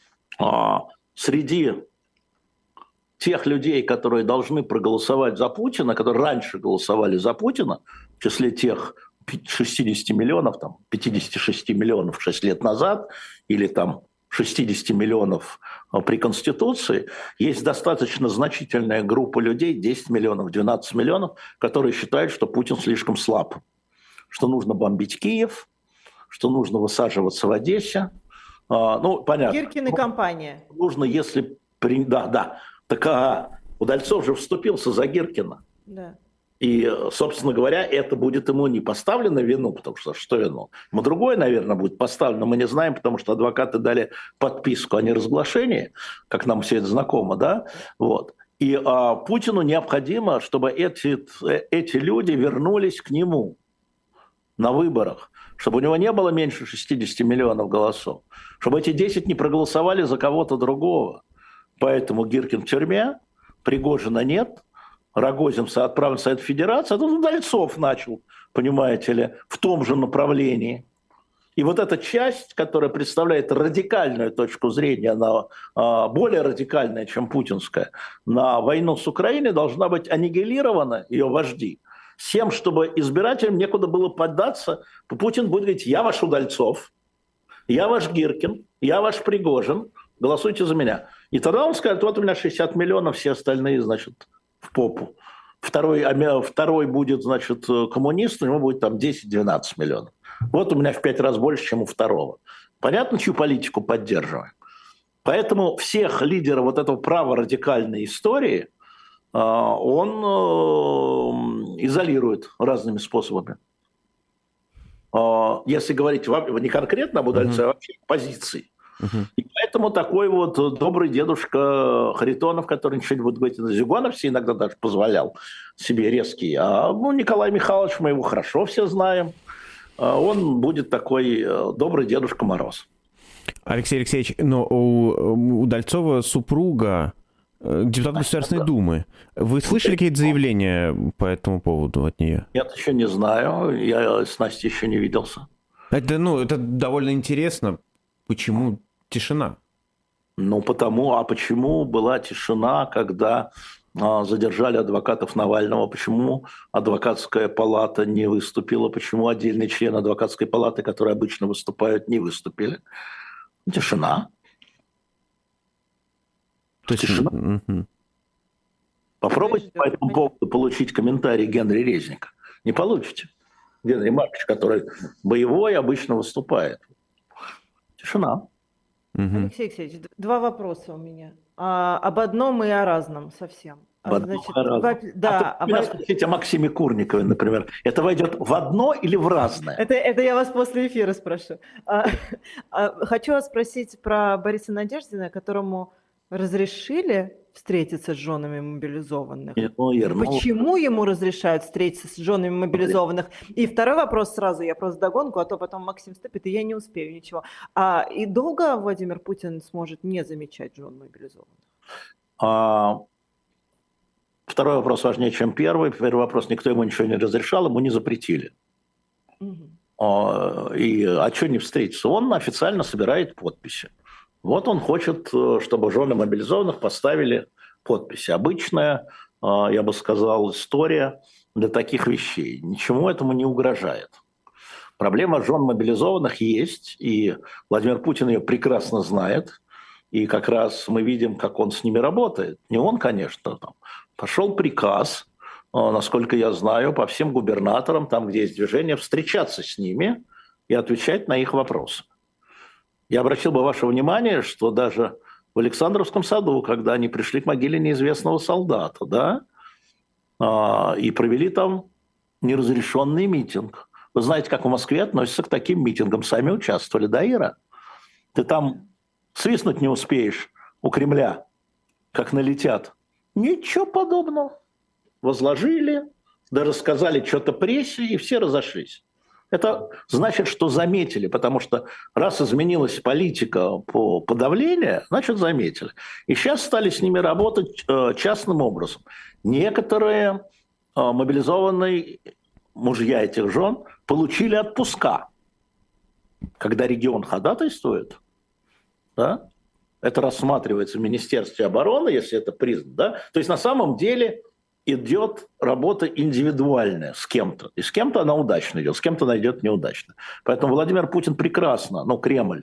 C: Среди тех людей, которые должны проголосовать за Путина, которые раньше голосовали за Путина, в числе тех 60 миллионов, 56 миллионов 6 лет назад, или 60 миллионов при Конституции, есть достаточно значительная группа людей, 10 миллионов, 12 миллионов, которые считают, что Путин слишком слаб, что нужно бомбить Киев, что нужно высаживаться в Одессе. Понятно.
D: Гиркин и компания.
C: Нужно, если... Так Удальцов же вступился за Гиркина.
D: Да.
C: И, собственно говоря, это будет ему не поставлено в вину, потому что вину? Ему другое, наверное, будет поставлено, мы не знаем, потому что адвокаты дали подписку о неразглашении, как нам все это знакомо, да? Вот. И Путину необходимо, чтобы эти люди вернулись к нему на выборах, чтобы у него не было меньше 60 миллионов голосов, чтобы эти 10 не проголосовали за кого-то другого. Поэтому Гиркин в тюрьме, Пригожина нет, Рогозин отправлен в Совет Федерации, а тут Удальцов начал, понимаете ли, в том же направлении. И вот эта часть, которая представляет радикальную точку зрения, более радикальная, чем путинская, на войну с Украиной, должна быть аннигилирована, ее вожди, с тем, чтобы избирателям некуда было поддаться. Путин будет говорить: я ваш Удальцов, я ваш Гиркин, я ваш Пригожин, голосуйте за меня. И тогда он скажет: вот у меня 60 миллионов, все остальные, значит, в попу. Второй будет, значит, коммунист, у него будет 10-12 миллионов. Вот у меня в 5 раз больше, чем у второго. Понятно, чью политику поддерживаем? Поэтому всех лидеров вот этого праворадикальной истории он изолирует разными способами. Если говорить не конкретно об Удальцове, а вообще позиции. И поэтому такой вот добрый дедушка Харитонов, который ничего не будет говорить, Зюганов себе иногда даже позволял себе резкий. А Николай Михайлович, мы его хорошо все знаем, он будет такой добрый Дедушка Мороз.
B: Алексей Алексеевич, но у Удальцова супруга депутат Государственной Думы. Вы слышали какие-то заявления по этому поводу от нее?
C: Нет, еще не знаю. Я с Настей еще не виделся.
B: Это довольно интересно. Почему тишина?
C: Почему была тишина, когда задержали адвокатов Навального? Почему адвокатская палата не выступила? Почему отдельные члены адвокатской палаты, которые обычно выступают, не выступили? Тишина. Тишина. Попробуйте по этому поводу получить комментарий Генри Резника. Не получите. Генри Маркович, который боевой, обычно выступает. Тишина.
D: Алексей Алексеевич, 2 вопроса у меня. Об одном и о разном совсем.
C: Спросите о Максиме Курникове, например. Это войдет в одно или в разное?
D: Это я вас после эфира спрошу. Хочу вас спросить про Бориса Надеждина, которому разрешили встретиться с женами мобилизованных. Почему ему разрешают встретиться с женами мобилизованных? И второй вопрос сразу, я просто догонку, а то потом Максим вступит, и я не успею ничего. И долго Владимир Путин сможет не замечать жен мобилизованных?
C: Второй вопрос важнее, чем первый. Первый вопрос: никто ему ничего не разрешал, ему не запретили. А что не встретиться? Он официально собирает подписи. Вот он хочет, чтобы жены мобилизованных поставили подписи. Обычная, я бы сказал, история для таких вещей. Ничему этому не угрожает. Проблема жен мобилизованных есть, и Владимир Путин ее прекрасно знает. И как раз мы видим, как он с ними работает. Не он, конечно. Пошел приказ, насколько я знаю, по всем губернаторам, там, где есть движение, встречаться с ними и отвечать на их вопросы. Я обратил бы ваше внимание, что даже в Александровском саду, когда они пришли к могиле неизвестного солдата, да, и провели там неразрешенный митинг. Вы знаете, как в Москве относятся к таким митингам? Сами участвовали, да, Ира? Ты там свистнуть не успеешь у Кремля, как налетят. Ничего подобного. Возложили, даже сказали что-то прессе, и все разошлись. Это значит, что заметили, потому что раз изменилась политика по подавлению, значит, заметили. И сейчас стали с ними работать частным образом. Некоторые мобилизованные мужья этих жен получили отпуска. Когда регион ходатайствует, да, это рассматривается в Министерстве обороны, если это признано, да, то есть на самом деле идет работа индивидуальная с кем-то. И с кем-то она удачно идет, с кем-то она идет неудачно. Поэтому Владимир Путин прекрасно, Кремль,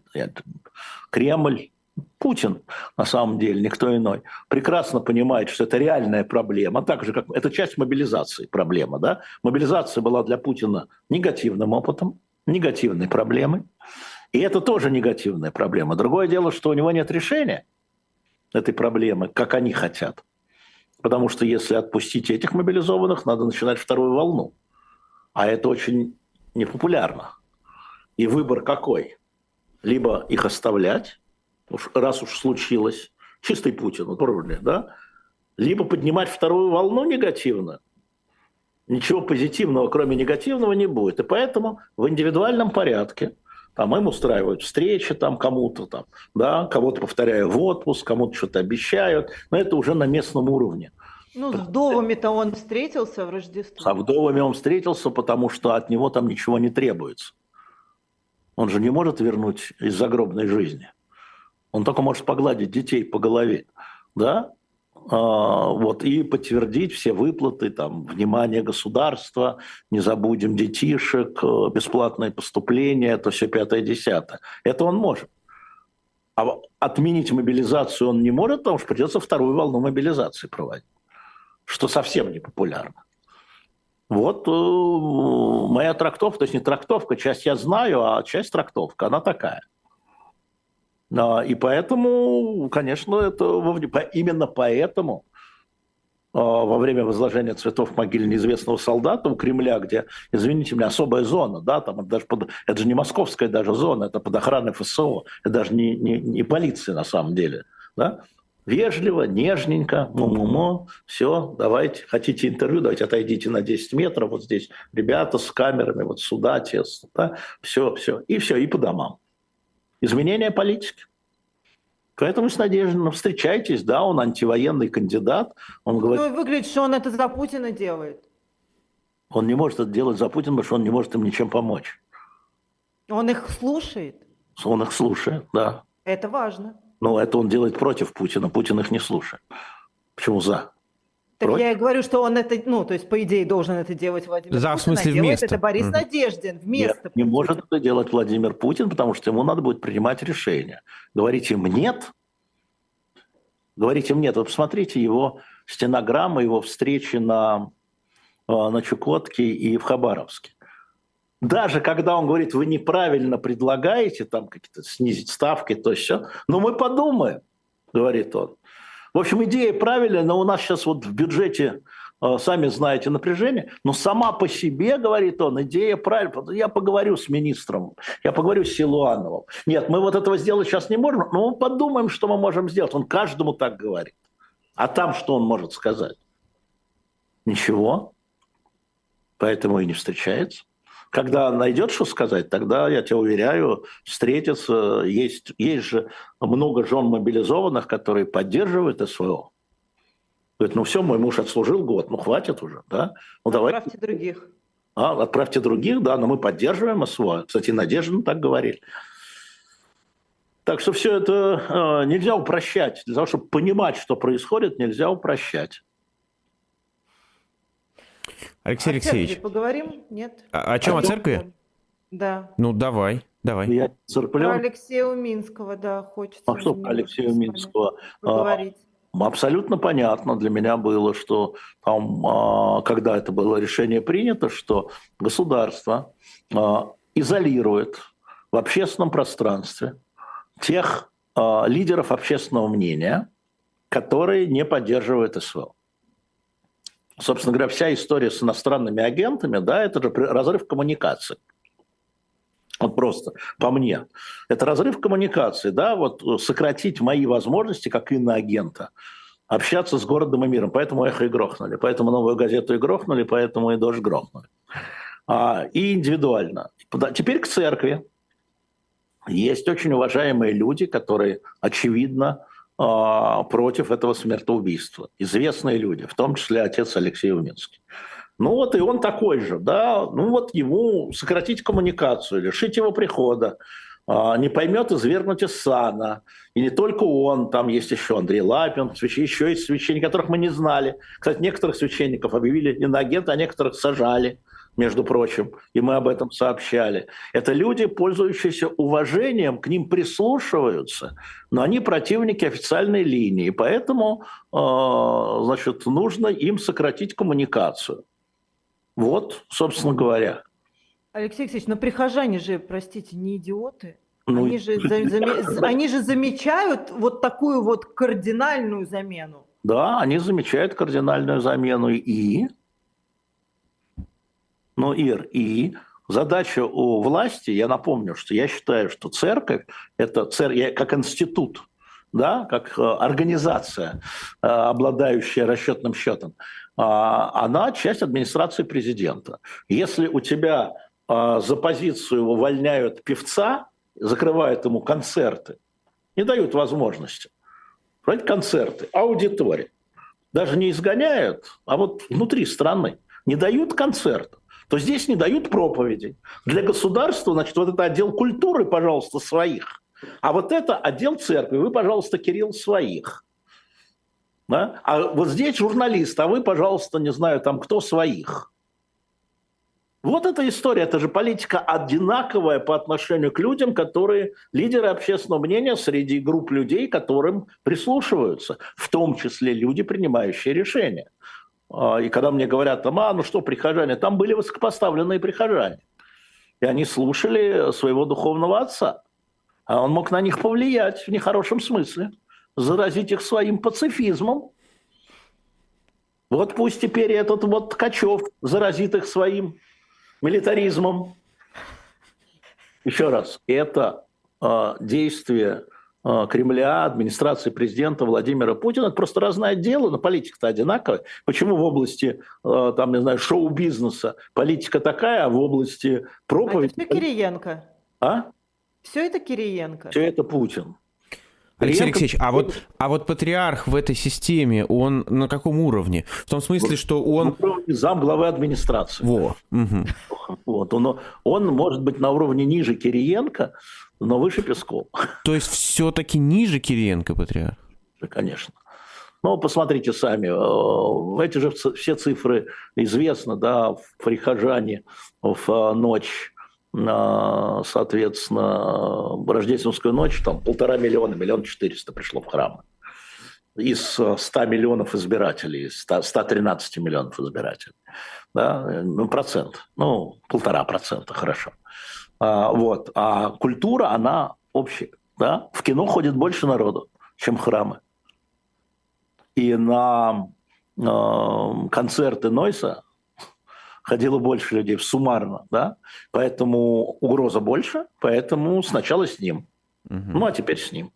C: Путин, на самом деле, никто иной, прекрасно понимает, что это реальная проблема, так же, как это часть мобилизации проблема. Да? Мобилизация была для Путина негативным опытом, негативной проблемой. И это тоже негативная проблема. Другое дело, что у него нет решения этой проблемы, как они хотят. Потому что если отпустить этих мобилизованных, надо начинать вторую волну. А это очень непопулярно. И выбор какой? Либо их оставлять, раз уж случилось, чистый Путин, да? Либо поднимать вторую волну негативно. Ничего позитивного, кроме негативного, не будет. И поэтому в индивидуальном порядке там им устраивают встречи там, кому-то, там, да, кого-то, повторяю, в отпуск, кому-то что-то обещают, но это уже на местном уровне.
D: Ну, с вдовами-то он встретился в Рождество.
C: С вдовами он встретился, потому что от него там ничего не требуется. Он же не может вернуть из загробной жизни. Он только может погладить детей по голове, да, и подтвердить все выплаты, там, внимание государства, не забудем детишек, бесплатное поступление, это все 5-10. Это он может. А отменить мобилизацию он не может, потому что придется вторую волну мобилизации проводить, что совсем не популярно. Вот моя трактовка, то есть не трактовка, часть я знаю, а часть трактовка, она такая. И поэтому, конечно, именно поэтому во время возложения цветов к могиле неизвестного солдата у Кремля, где, извините меня, особая зона, да, там это же не московская даже зона, это под охраной ФСО, это даже не полиция на самом деле, да, вежливо, нежненько, все, давайте, хотите интервью, давайте отойдите на 10 метров, вот здесь ребята с камерами, вот сюда, тесно, да, все, и по домам. Изменение политики. Поэтому с Надеждой встречайтесь, да, он антивоенный кандидат. Он говорит,
D: выглядит, что он это за Путина делает.
C: Он не может это делать за Путина, потому что он не может им ничем помочь.
D: Он их слушает?
C: Он их слушает, да.
D: Это важно.
C: Но это он делает против Путина, Путин их не слушает. Почему за?
D: Так против? Я и говорю, что он это, то есть, по идее, должен это делать Владимир Путин,
B: в смысле,
D: а делает
B: вместо.
D: Это Борис Надеждин вместо
C: Нет, не может это делать Владимир Путин, потому что ему надо будет принимать решения. Говорить им нет. Вот посмотрите его стенограммы, его встречи на Чукотке и в Хабаровске. Даже когда он говорит, вы неправильно предлагаете там какие-то снизить ставки, то все, но мы подумаем, говорит он. В общем, идея правильная, но у нас сейчас вот в бюджете, сами знаете, напряжение, но сама по себе, говорит он, идея правильная. Я поговорю с министром, я поговорю с Силуановым. Нет, мы вот этого сделать сейчас не можем, но мы подумаем, что мы можем сделать. Он каждому так говорит. А там что он может сказать? Ничего. Поэтому и не встречается. Когда найдет, что сказать, тогда, я тебя уверяю, встретятся. Есть же много жен мобилизованных, которые поддерживают СВО. Говорит, все, мой муж отслужил год, хватит уже, да?
D: Отправьте других.
C: Отправьте других, да, но мы поддерживаем СВО. Кстати, Надежда так говорили. Так что все это нельзя упрощать. Для того, чтобы понимать, что происходит, нельзя упрощать.
B: Алексей Алексеевич.
D: Церкви поговорим? Нет?
B: О чем? О церкви?
D: Да.
B: Давай.
C: Я церковлен.
D: Про Алексея Уминского, да, хочется.
C: Что про Алексея Уминского?
D: Поговорить.
C: Абсолютно понятно для меня было, что там, когда это было решение принято, что государство изолирует в общественном пространстве тех лидеров общественного мнения, которые не поддерживают СВО. Собственно говоря, вся история с иностранными агентами, да, это же разрыв коммуникации. Вот просто по мне. Это разрыв коммуникации, да, вот сократить мои возможности как иноагента, общаться с городом и миром. Поэтому «Эхо» и грохнули, поэтому «Новую газету» и грохнули, поэтому и «Дождь» грохнули. И индивидуально. Теперь к церкви. Есть очень уважаемые люди, которые, очевидно, против этого смертоубийства. Известные люди, в том числе отец Алексей Уминский. Ну вот и он такой же, да, ну вот ему сократить коммуникацию, лишить его прихода, не поймет извергнуть из сана. И не только он, там есть еще Андрей Лапин, еще есть священники, которых мы не знали. Кстати, некоторых священников объявили иноагенты, а некоторых сажали, между прочим, и мы об этом сообщали. Это люди, пользующиеся уважением, к ним прислушиваются, но они противники официальной линии, поэтому, значит, нужно им сократить коммуникацию. Вот, собственно говоря.
D: Алексей Алексеевич, но прихожане же, простите, не идиоты. Они же замечают вот такую вот кардинальную замену.
C: Да, они замечают кардинальную замену и... Ну, Ир, и задача у власти, я напомню, что я считаю, что церковь, это как институт, да, как организация, обладающая расчетным счетом, она часть администрации президента. Если у тебя за позицию увольняют певца, закрывают ему концерты, не дают возможности, концерты, аудитории, даже не изгоняют, а вот внутри страны не дают концертов, то здесь не дают проповедей. Для государства, значит, вот это отдел культуры, пожалуйста, своих, а вот это отдел церкви, вы, пожалуйста, Кирилл, своих. Да? А вот здесь журналист, а вы, пожалуйста, не знаю, там кто своих. Вот эта история, это же политика одинаковая по отношению к людям, которые лидеры общественного мнения среди групп людей, которым прислушиваются, в том числе люди, принимающие решения. И когда мне говорят, ну что, прихожане, там были высокопоставленные прихожане. И они слушали своего духовного отца. А он мог на них повлиять в нехорошем смысле, заразить их своим пацифизмом. Вот пусть теперь этот вот Ткачев заразит их своим милитаризмом. Еще раз, это действие Кремля, администрации президента Владимира Путина, это просто разное дело, но политика-то одинаковая. Почему в области, там, не знаю, шоу-бизнеса политика такая, а в области проповеди...
D: Это все Кириенко. Все это Кириенко.
C: Все это Путин.
B: Алексей Алексеевич, а вот патриарх в этой системе, он на каком уровне? В том смысле, что он...
C: На уровне замглавы администрации. Вот. Он может быть на уровне ниже Кириенко, но выше Пескова. То
B: есть все-таки ниже Кириенко патриарх?
C: Да, конечно. Ну, посмотрите сами, эти же все цифры известны, да, в прихожане в ночь, соответственно, рождественскую ночь, там 1,5 миллиона, 1 400 000 пришло в храмы. Из 100 миллионов избирателей, из 113 миллионов избирателей. Да, процент, 1,5%, хорошо. Вот. А культура, она общая. Да? В кино ходит больше народу, чем в храмы. И на концерты Нойса ходило больше людей суммарно. Да? Поэтому угроза больше, поэтому сначала с ним. А теперь с ним.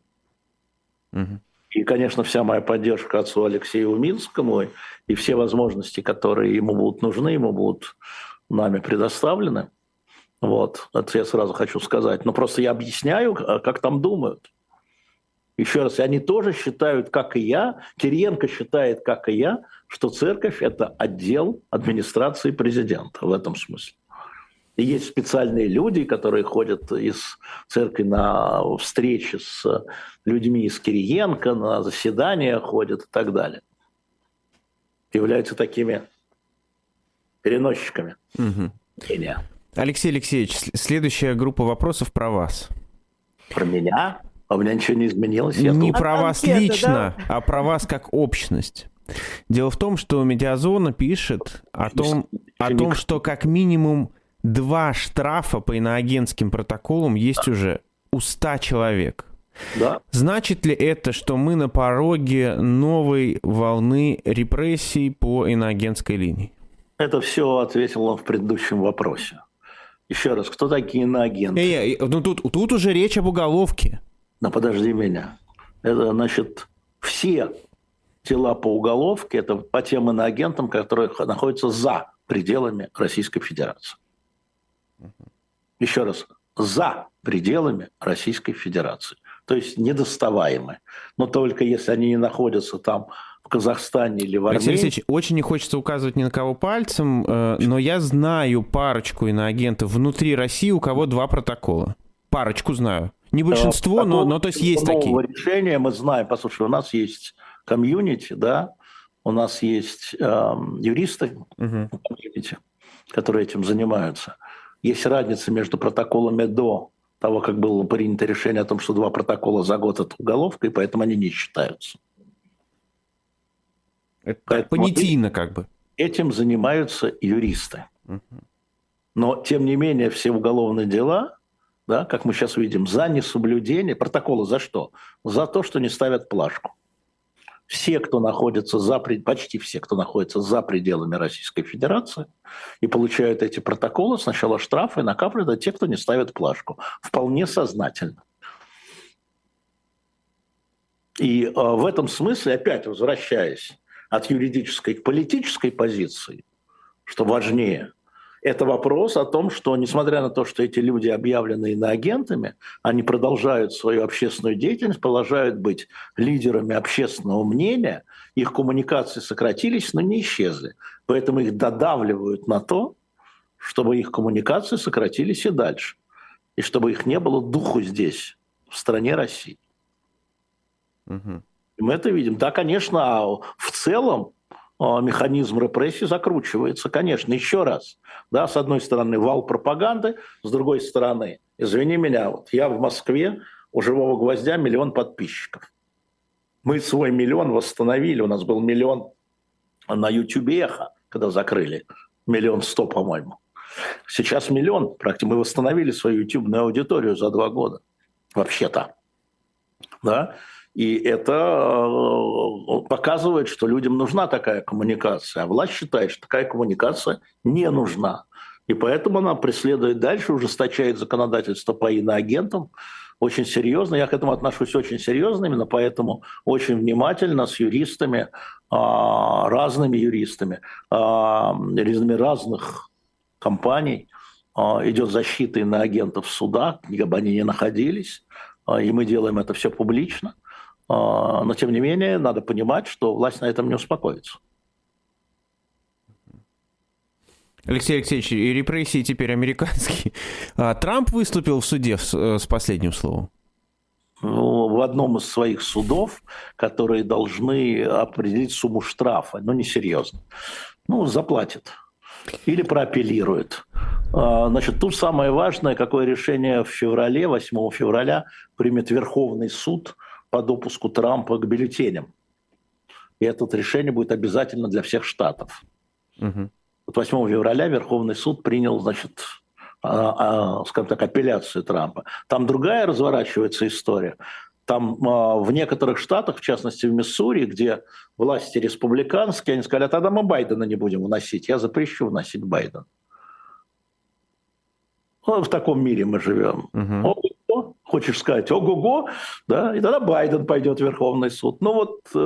C: И, конечно, вся моя поддержка отцу Алексею Уминскому и все возможности, которые ему будут нужны, ему будут нами предоставлены. Вот, это я сразу хочу сказать. Но просто я объясняю, как там думают. Еще раз, они тоже считают, как и я, Кириенко считает, как и я, что церковь – это отдел администрации президента в этом смысле. И есть специальные люди, которые ходят из церкви на встречи с людьми из Кириенко, на заседания ходят и так далее. Являются такими переносчиками.
B: Алексей Алексеевич, следующая группа вопросов про вас.
C: Про меня? А у меня ничего не изменилось?
B: Не про вас лично, да? А про вас как общность. Дело в том, что Медиазона пишет о том, что как минимум 2 штрафа по иноагентским протоколам есть уже у 100 человек.
C: Да.
B: Значит ли это, что мы на пороге новой волны репрессий по иноагентской линии?
C: Это все ответил он в предыдущем вопросе. Еще раз, кто такие иноагенты?
B: Ну тут уже речь об уголовке.
C: Да подожди меня. Это, значит, все дела по уголовке, это по тем иноагентам, которые находятся за пределами Российской Федерации. Еще раз, за пределами Российской Федерации. То есть недоставаемы. Но только если они не находятся там, в Казахстане или в Армении.
B: Алексей Алексеевич, очень не хочется указывать ни на кого пальцем, но я знаю парочку иноагентов внутри России, у кого 2 протокола. Парочку знаю. Не большинство, но то есть есть такие.
C: Решения мы знаем. Послушай, у нас есть комьюнити, да, у нас есть юристы, комьюнити, которые этим занимаются. Есть разница между протоколами до того, как было принято решение о том, что 2 протокола за год – это уголовка, и поэтому они не считаются.
B: Это понятийно как бы.
C: Этим занимаются юристы. Но, тем не менее, все уголовные дела, да, как мы сейчас видим, за несоблюдение, протоколы за что? За то, что не ставят плашку. Все, кто находится почти все, кто находится за пределами Российской Федерации и получают эти протоколы, сначала штрафы накапливают, а те, кто не ставит плашку. Вполне сознательно. И в этом смысле, опять возвращаясь от юридической к политической позиции, что важнее, это вопрос о том, что, несмотря на то, что эти люди объявлены иноагентами, они продолжают свою общественную деятельность, продолжают быть лидерами общественного мнения, их коммуникации сократились, но не исчезли. Поэтому их додавливают на то, чтобы их коммуникации сократились и дальше. И чтобы их не было духу здесь, в стране России. И мы это видим. Да, конечно, в целом механизм репрессий закручивается, конечно, еще раз. Да, с одной стороны, вал пропаганды, с другой стороны, извини меня, вот я в Москве, у «Живого гвоздя» 1 миллион подписчиков. Мы свой 1 миллион восстановили, у нас был 1 миллион на Ютубе «Эхо», когда закрыли, 1 100 000, по-моему. Сейчас 1 миллион, практически мы восстановили свою ютубную аудиторию за 2 года, вообще-то, да. И это показывает, что людям нужна такая коммуникация. А власть считает, что такая коммуникация не нужна. И поэтому она преследует дальше, ужесточает законодательство по иноагентам очень серьезно. Я к этому отношусь очень серьезно, именно поэтому очень внимательно с юристами, разными юристами, юристами разных компаний идет защита иноагентов в судах, где бы они ни находились. И мы делаем это все публично. Но, тем не менее, надо понимать, что власть на этом не успокоится.
B: Алексей Алексеевич, и репрессии теперь американские. Трамп выступил в суде с последним словом?
C: Ну, в одном из своих судов, которые должны определить сумму штрафа, но несерьезно. Ну, заплатит. Или проапеллирует. Значит, тут самое важное, какое решение в феврале, 8 февраля, примет Верховный суд по допуску Трампа к бюллетеням. И это решение будет обязательно для всех штатов. Вот 8 февраля Верховный суд принял, значит, скажем так, апелляцию Трампа. Там другая разворачивается история. Там в некоторых штатах, в частности в Миссури, где власти республиканские, они сказали, а тогда мы Байдена не будем вносить, я запрещу вносить Байдена. Ну, в таком мире мы живем. Ого-го, хочешь сказать, ого-го, да, и тогда Байден пойдет в Верховный суд. Ну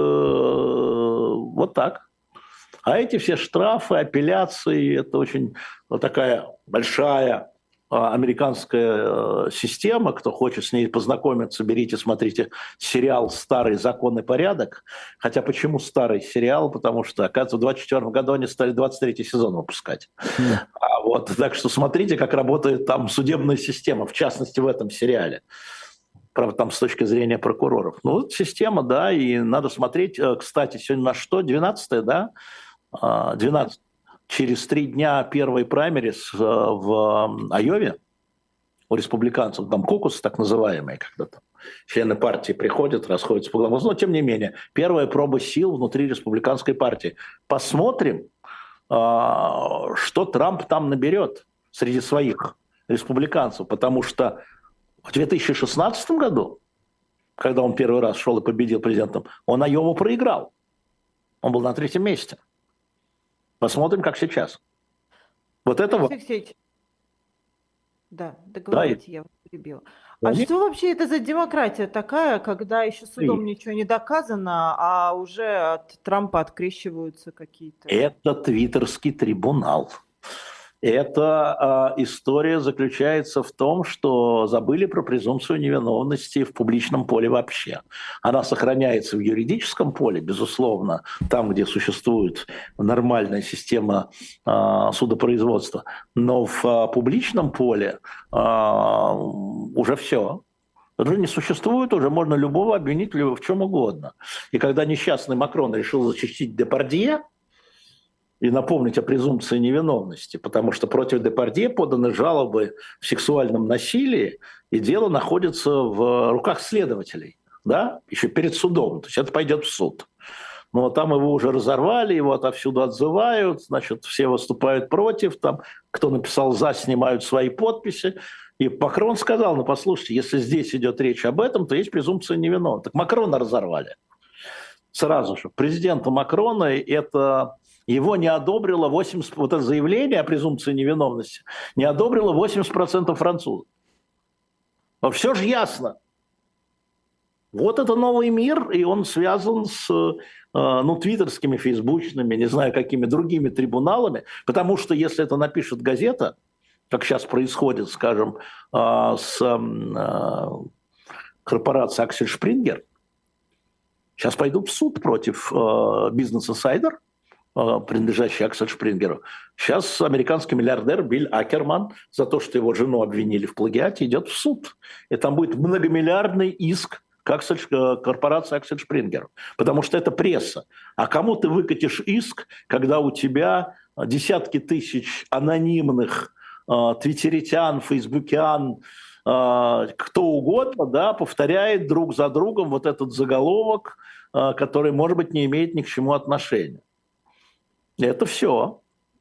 C: вот так. А эти все штрафы, апелляции, это очень такая большая американская система. Кто хочет с ней познакомиться, берите, смотрите сериал «Старый закон и порядок». Хотя почему старый сериал? Потому что, оказывается, в 2024 году они стали 23-й сезон выпускать. Вот, так что смотрите, как работает там судебная система, в частности, в этом сериале. Правда, там с точки зрения прокуроров. Ну, вот система, да, и надо смотреть. Кстати, сегодня на что? 12-е, да? 12. Через 3 дня первый праймерис в Айове у республиканцев, там кокус так называемый, когда там члены партии приходят, расходятся по главам. Но, тем не менее, первая проба сил внутри республиканской партии. Посмотрим, что Трамп там наберет среди своих республиканцев, потому что в 2016 году когда он первый раз шел и победил президентом, он Айову проиграл. Он был на 3-м месте. Посмотрим, как сейчас. Вот это вот.
D: Алексей, да, договорите, я вас перебила. А что вообще это за демократия такая, когда еще судом ничего не доказано, а уже от Трампа открещиваются какие-то?
C: Это твиттерский трибунал. Эта история заключается в том, что забыли про презумпцию невиновности в публичном поле вообще. Она сохраняется в юридическом поле, безусловно, там, где существует нормальная система судопроизводства. Но в публичном поле уже все. Уже не существует, уже можно любого обвинить в чем угодно. И когда несчастный Макрон решил защитить Депардье, и напомнить о презумпции невиновности, потому что против Депардье поданы жалобы в сексуальном насилии, и дело находится в руках следователей, да, еще перед судом, то есть это пойдет в суд. Но там его уже разорвали, его отовсюду отзывают, значит, все выступают против, там, кто написал «за», снимают свои подписи. И Макрон сказал, ну, послушайте, если здесь идет речь об этом, то есть презумпция невиновности. Так Макрона разорвали сразу же. Президента Макрона это... Его не одобрило 80%, вот это заявление о презумпции невиновности, не одобрило 80% французов. Но все же ясно. Вот это новый мир, и он связан с твиттерскими, фейсбучными, не знаю, какими другими трибуналами, потому что если это напишет газета, как сейчас происходит, скажем, с корпорацией Аксель Шпрингер, сейчас пойдут в суд против Business Insider, принадлежащий Аксель Шпрингеру. Сейчас американский миллиардер Билл Акерман за то, что его жену обвинили в плагиате, идет в суд. И там будет многомиллиардный иск к корпорации Аксель Шпрингеру. Потому что это пресса. А кому ты выкатишь иск, когда у тебя десятки тысяч анонимных твиттеритян, фейсбукиан, кто угодно, да, повторяет друг за другом вот этот заголовок, который, может быть, не имеет ни к чему отношения. Это все.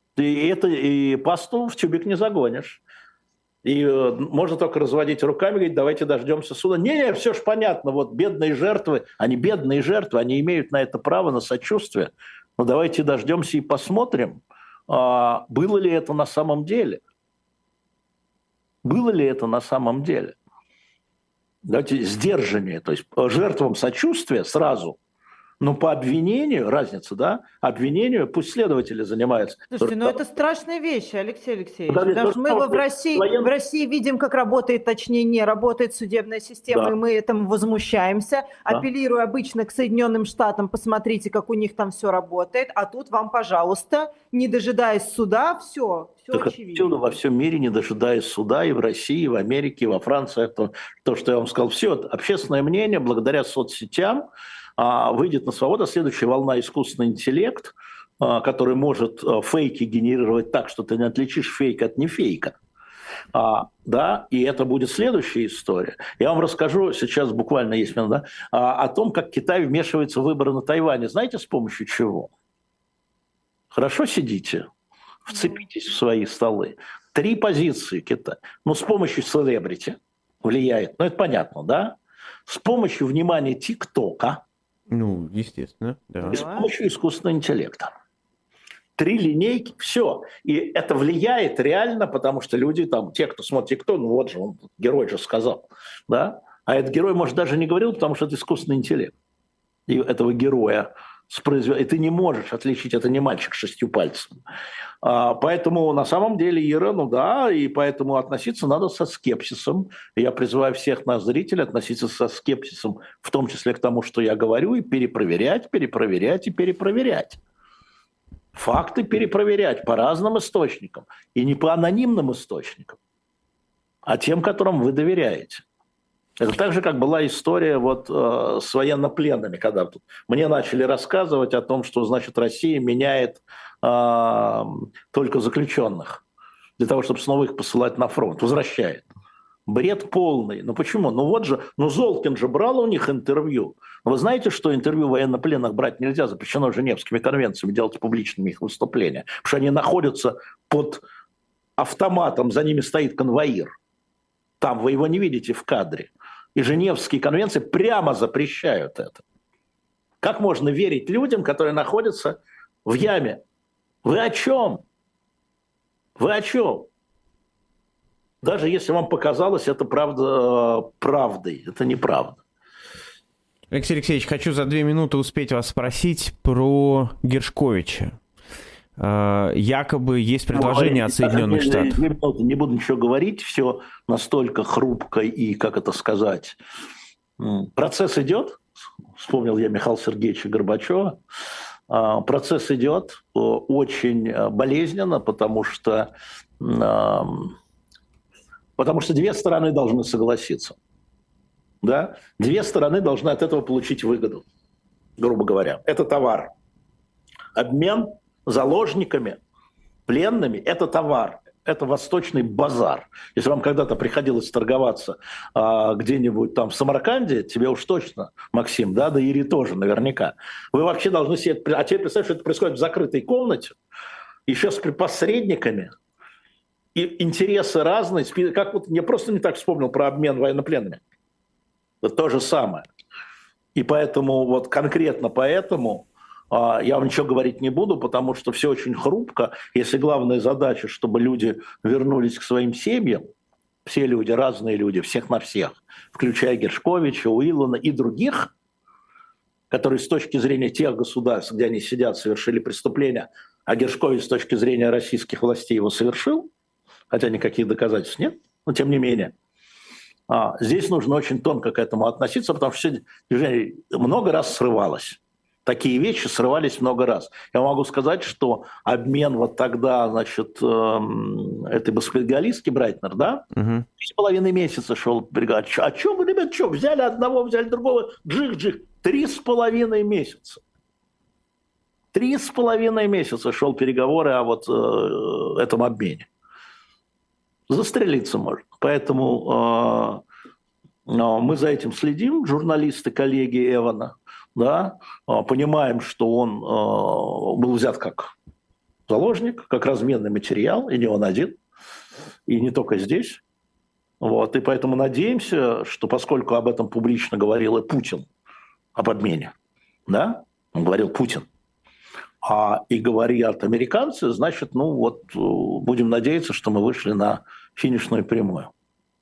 C: И пасту в тюбик не загонишь. И можно только разводить руками, говорить, давайте дождемся суда. Не, все же понятно, вот бедные жертвы, они имеют на это право, на сочувствие. Но давайте дождемся и посмотрим, было ли это на самом деле. Было ли это на самом деле? Давайте сдержание, то есть жертвам сочувствия сразу. Но по обвинению, разница, да? Обвинению пусть следователи занимаются.
D: Слушайте, ну это страшные вещи, Алексей Алексеевич. Потому что мы в России видим, как работает, точнее не работает судебная система, да. И мы этому возмущаемся. Да. Апеллирую обычно к Соединенным Штатам, посмотрите, как у них там все работает. А тут вам, пожалуйста, не дожидаясь суда, все так очевидно.
C: Отсюда во всем мире, не дожидаясь суда, и в России, и в Америке, и во Франции. То, что я вам сказал, все, общественное мнение, благодаря соцсетям, выйдет на свободу. Следующая волна — искусственный интеллект, который может фейки генерировать так, что ты не отличишь фейк от нефейка. Да, и это будет следующая история. Я вам расскажу сейчас, буквально есть минута, о том, как Китай вмешивается в выборы на Тайване. Знаете, с помощью чего? Хорошо сидите, вцепитесь в свои столы. 3 позиции Китая. С помощью селебрити влияет. Это понятно, да? С помощью внимания ТикТока.
B: Естественно, да.
C: И с помощью искусственного интеллекта. 3 линейки, все. И это влияет реально, потому что люди там, те, кто смотрит ТикТок, вот же, герой же сказал, да? А этот герой, может, даже не говорил, потому что это искусственный интеллект. И этого героя и ты не можешь отличить, это не мальчик с 6 пальцами. Поэтому на самом деле, Ира, и поэтому относиться надо со скепсисом. Я призываю всех нас, зрителей, относиться со скепсисом, в том числе к тому, что я говорю, и перепроверять. Факты перепроверять по разным источникам. И не по анонимным источникам, а тем, которым вы доверяете. Это так же, как была история с военнопленными, когда мне начали рассказывать о том, что, значит, Россия меняет только заключенных для того, чтобы снова их посылать на фронт, возвращает. Бред полный. Почему? Золкин же брал у них интервью. Вы знаете, что интервью военнопленных брать нельзя, запрещено Женевскими конвенциями делать публичными их выступления, потому что они находятся под автоматом, за ними стоит конвоир. Там вы его не видите в кадре. и Женевские конвенции прямо запрещают это. Как можно верить людям, которые находятся в яме? Вы о чем? Вы о чем? Даже если вам показалось это правдой, это неправда.
B: Алексей Алексеевич, хочу за 2 минуты успеть вас спросить про Гершковича. Якобы есть предложение от Соединенных Штатов.
C: Не буду ничего говорить, все настолько хрупко и, как это сказать, процесс идет. Вспомнил я Михаила Сергеевича Горбачева. Процесс идет очень болезненно, потому что 2 стороны должны согласиться. Да? 2 стороны должны от этого получить выгоду, грубо говоря. Это товар. Обмен заложниками, пленными – это товар. Это восточный базар. Если вам когда-то приходилось торговаться где-нибудь там в Самарканде, тебе уж точно, Максим, да Ири тоже наверняка, вы вообще должны себе... А теперь представь, что это происходит в закрытой комнате, еще с посредниками, и интересы разные. Как вот я просто не так вспомнил про обмен военнопленными. Это то же самое. И поэтому, вот конкретно поэтому... Я вам ничего говорить не буду, потому что все очень хрупко. Если главная задача, чтобы люди вернулись к своим семьям, все люди, разные люди, всех на всех, включая Гершковича, Уиллана и других, которые с точки зрения тех государств, где они сидят, совершили преступления, а Гершкович с точки зрения российских властей его совершил, хотя никаких доказательств нет, но тем не менее. Здесь нужно очень тонко к этому относиться, потому что движение много раз срывалось. Такие вещи срывались много раз. Я могу сказать, что обмен вот тогда, значит, этой баскетболистки Брайтнер, да, 3,5 месяца шел переговор. А что вы, ребят, что, взяли одного, взяли другого, джих-джих. 3,5 месяца. 3,5 месяца шел переговоры о вот этом обмене. Застрелиться можно. Поэтому мы за этим следим, журналисты, коллеги Эвана. Да, понимаем, что он был взят как заложник, как разменный материал, и не он один, и не только здесь. Вот, и поэтому надеемся, что поскольку об этом публично говорил и Путин, об обмене, да, он говорил Путин, и говорят американцы, значит, ну вот будем надеяться, что мы вышли на финишную прямую.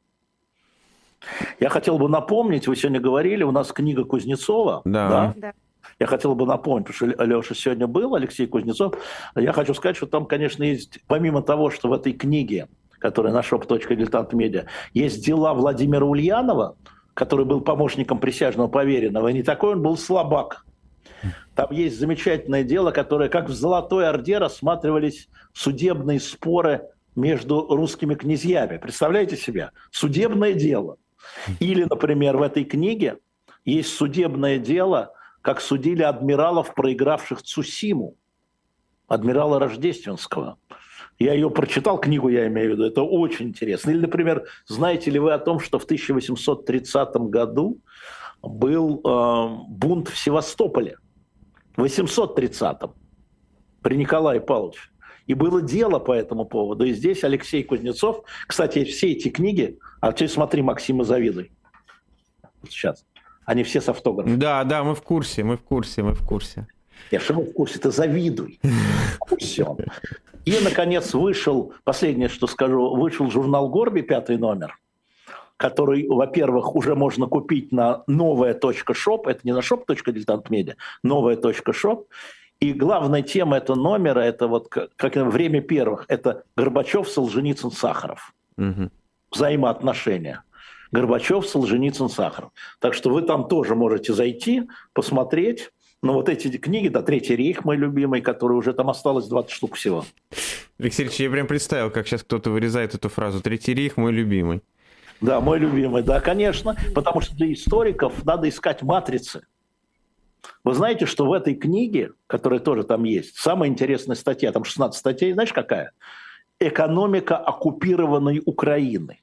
C: Я хотел бы напомнить, вы сегодня говорили, у нас книга Кузнецова.
B: Да.
C: Я хотел бы напомнить, потому что Леша сегодня был, Алексей Кузнецов. Я хочу сказать, что там, конечно, есть, помимо того, что в этой книге, которая на shop.diletant.media, есть дела Владимира Ульянова, который был помощником присяжного поверенного, и не такой он был слабак. Там есть замечательное дело, которое, как в Золотой Орде, рассматривались судебные споры между русскими князьями. Представляете себе? Судебное дело. Или, например, в этой книге есть судебное дело, как судили адмиралов, проигравших Цусиму, адмирала Рождественского. Я ее прочитал, книгу я имею в виду, это очень интересно. Или, например, знаете ли вы о том, что в 1830 году был бунт в Севастополе, в 830-м, при Николае Павловиче. И было дело по этому поводу. И здесь Алексей Кузнецов, кстати, все эти книги, а теперь смотри, Максима завидуй. Сейчас. Они все с автографом.
B: Да, мы в курсе.
C: Я что мы в курсе? Ты завидуй. Все. И, наконец, вышел, последнее, что скажу, вышел журнал «Горби», 5-й номер, который, во-первых, уже можно купить на новая.shop, это не на shop.diletant.media, новая.shop. И главная тема этого номера, это вот как время первых, это Горбачев, Солженицын, Сахаров. Взаимоотношения. Горбачев, Солженицын, Сахаров. Так что вы там тоже можете зайти, посмотреть. Но вот эти книги, да, «Третий рейх», мой любимый, который уже там осталось 20 штук всего.
B: Алексей Алексеевич, я прям представил, как сейчас кто-то вырезает эту фразу «Третий рейх, мой любимый».
C: Да, мой любимый, да, конечно. Потому что для историков надо искать матрицы. Вы знаете, что в этой книге, которая тоже там есть, самая интересная статья, там 16 статей, знаешь какая? «Экономика оккупированной Украины».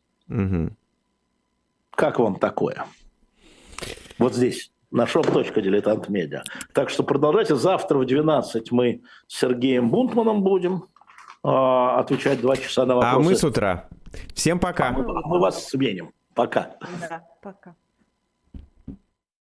C: Как вам такое? Вот здесь, на shop.diletant.media. Так что продолжайте. Завтра в 12 мы с Сергеем Бунтманом будем отвечать 2 часа на вопросы.
B: А мы с утра. Всем пока.
C: Мы вас сменим. Пока.
D: Да, пока.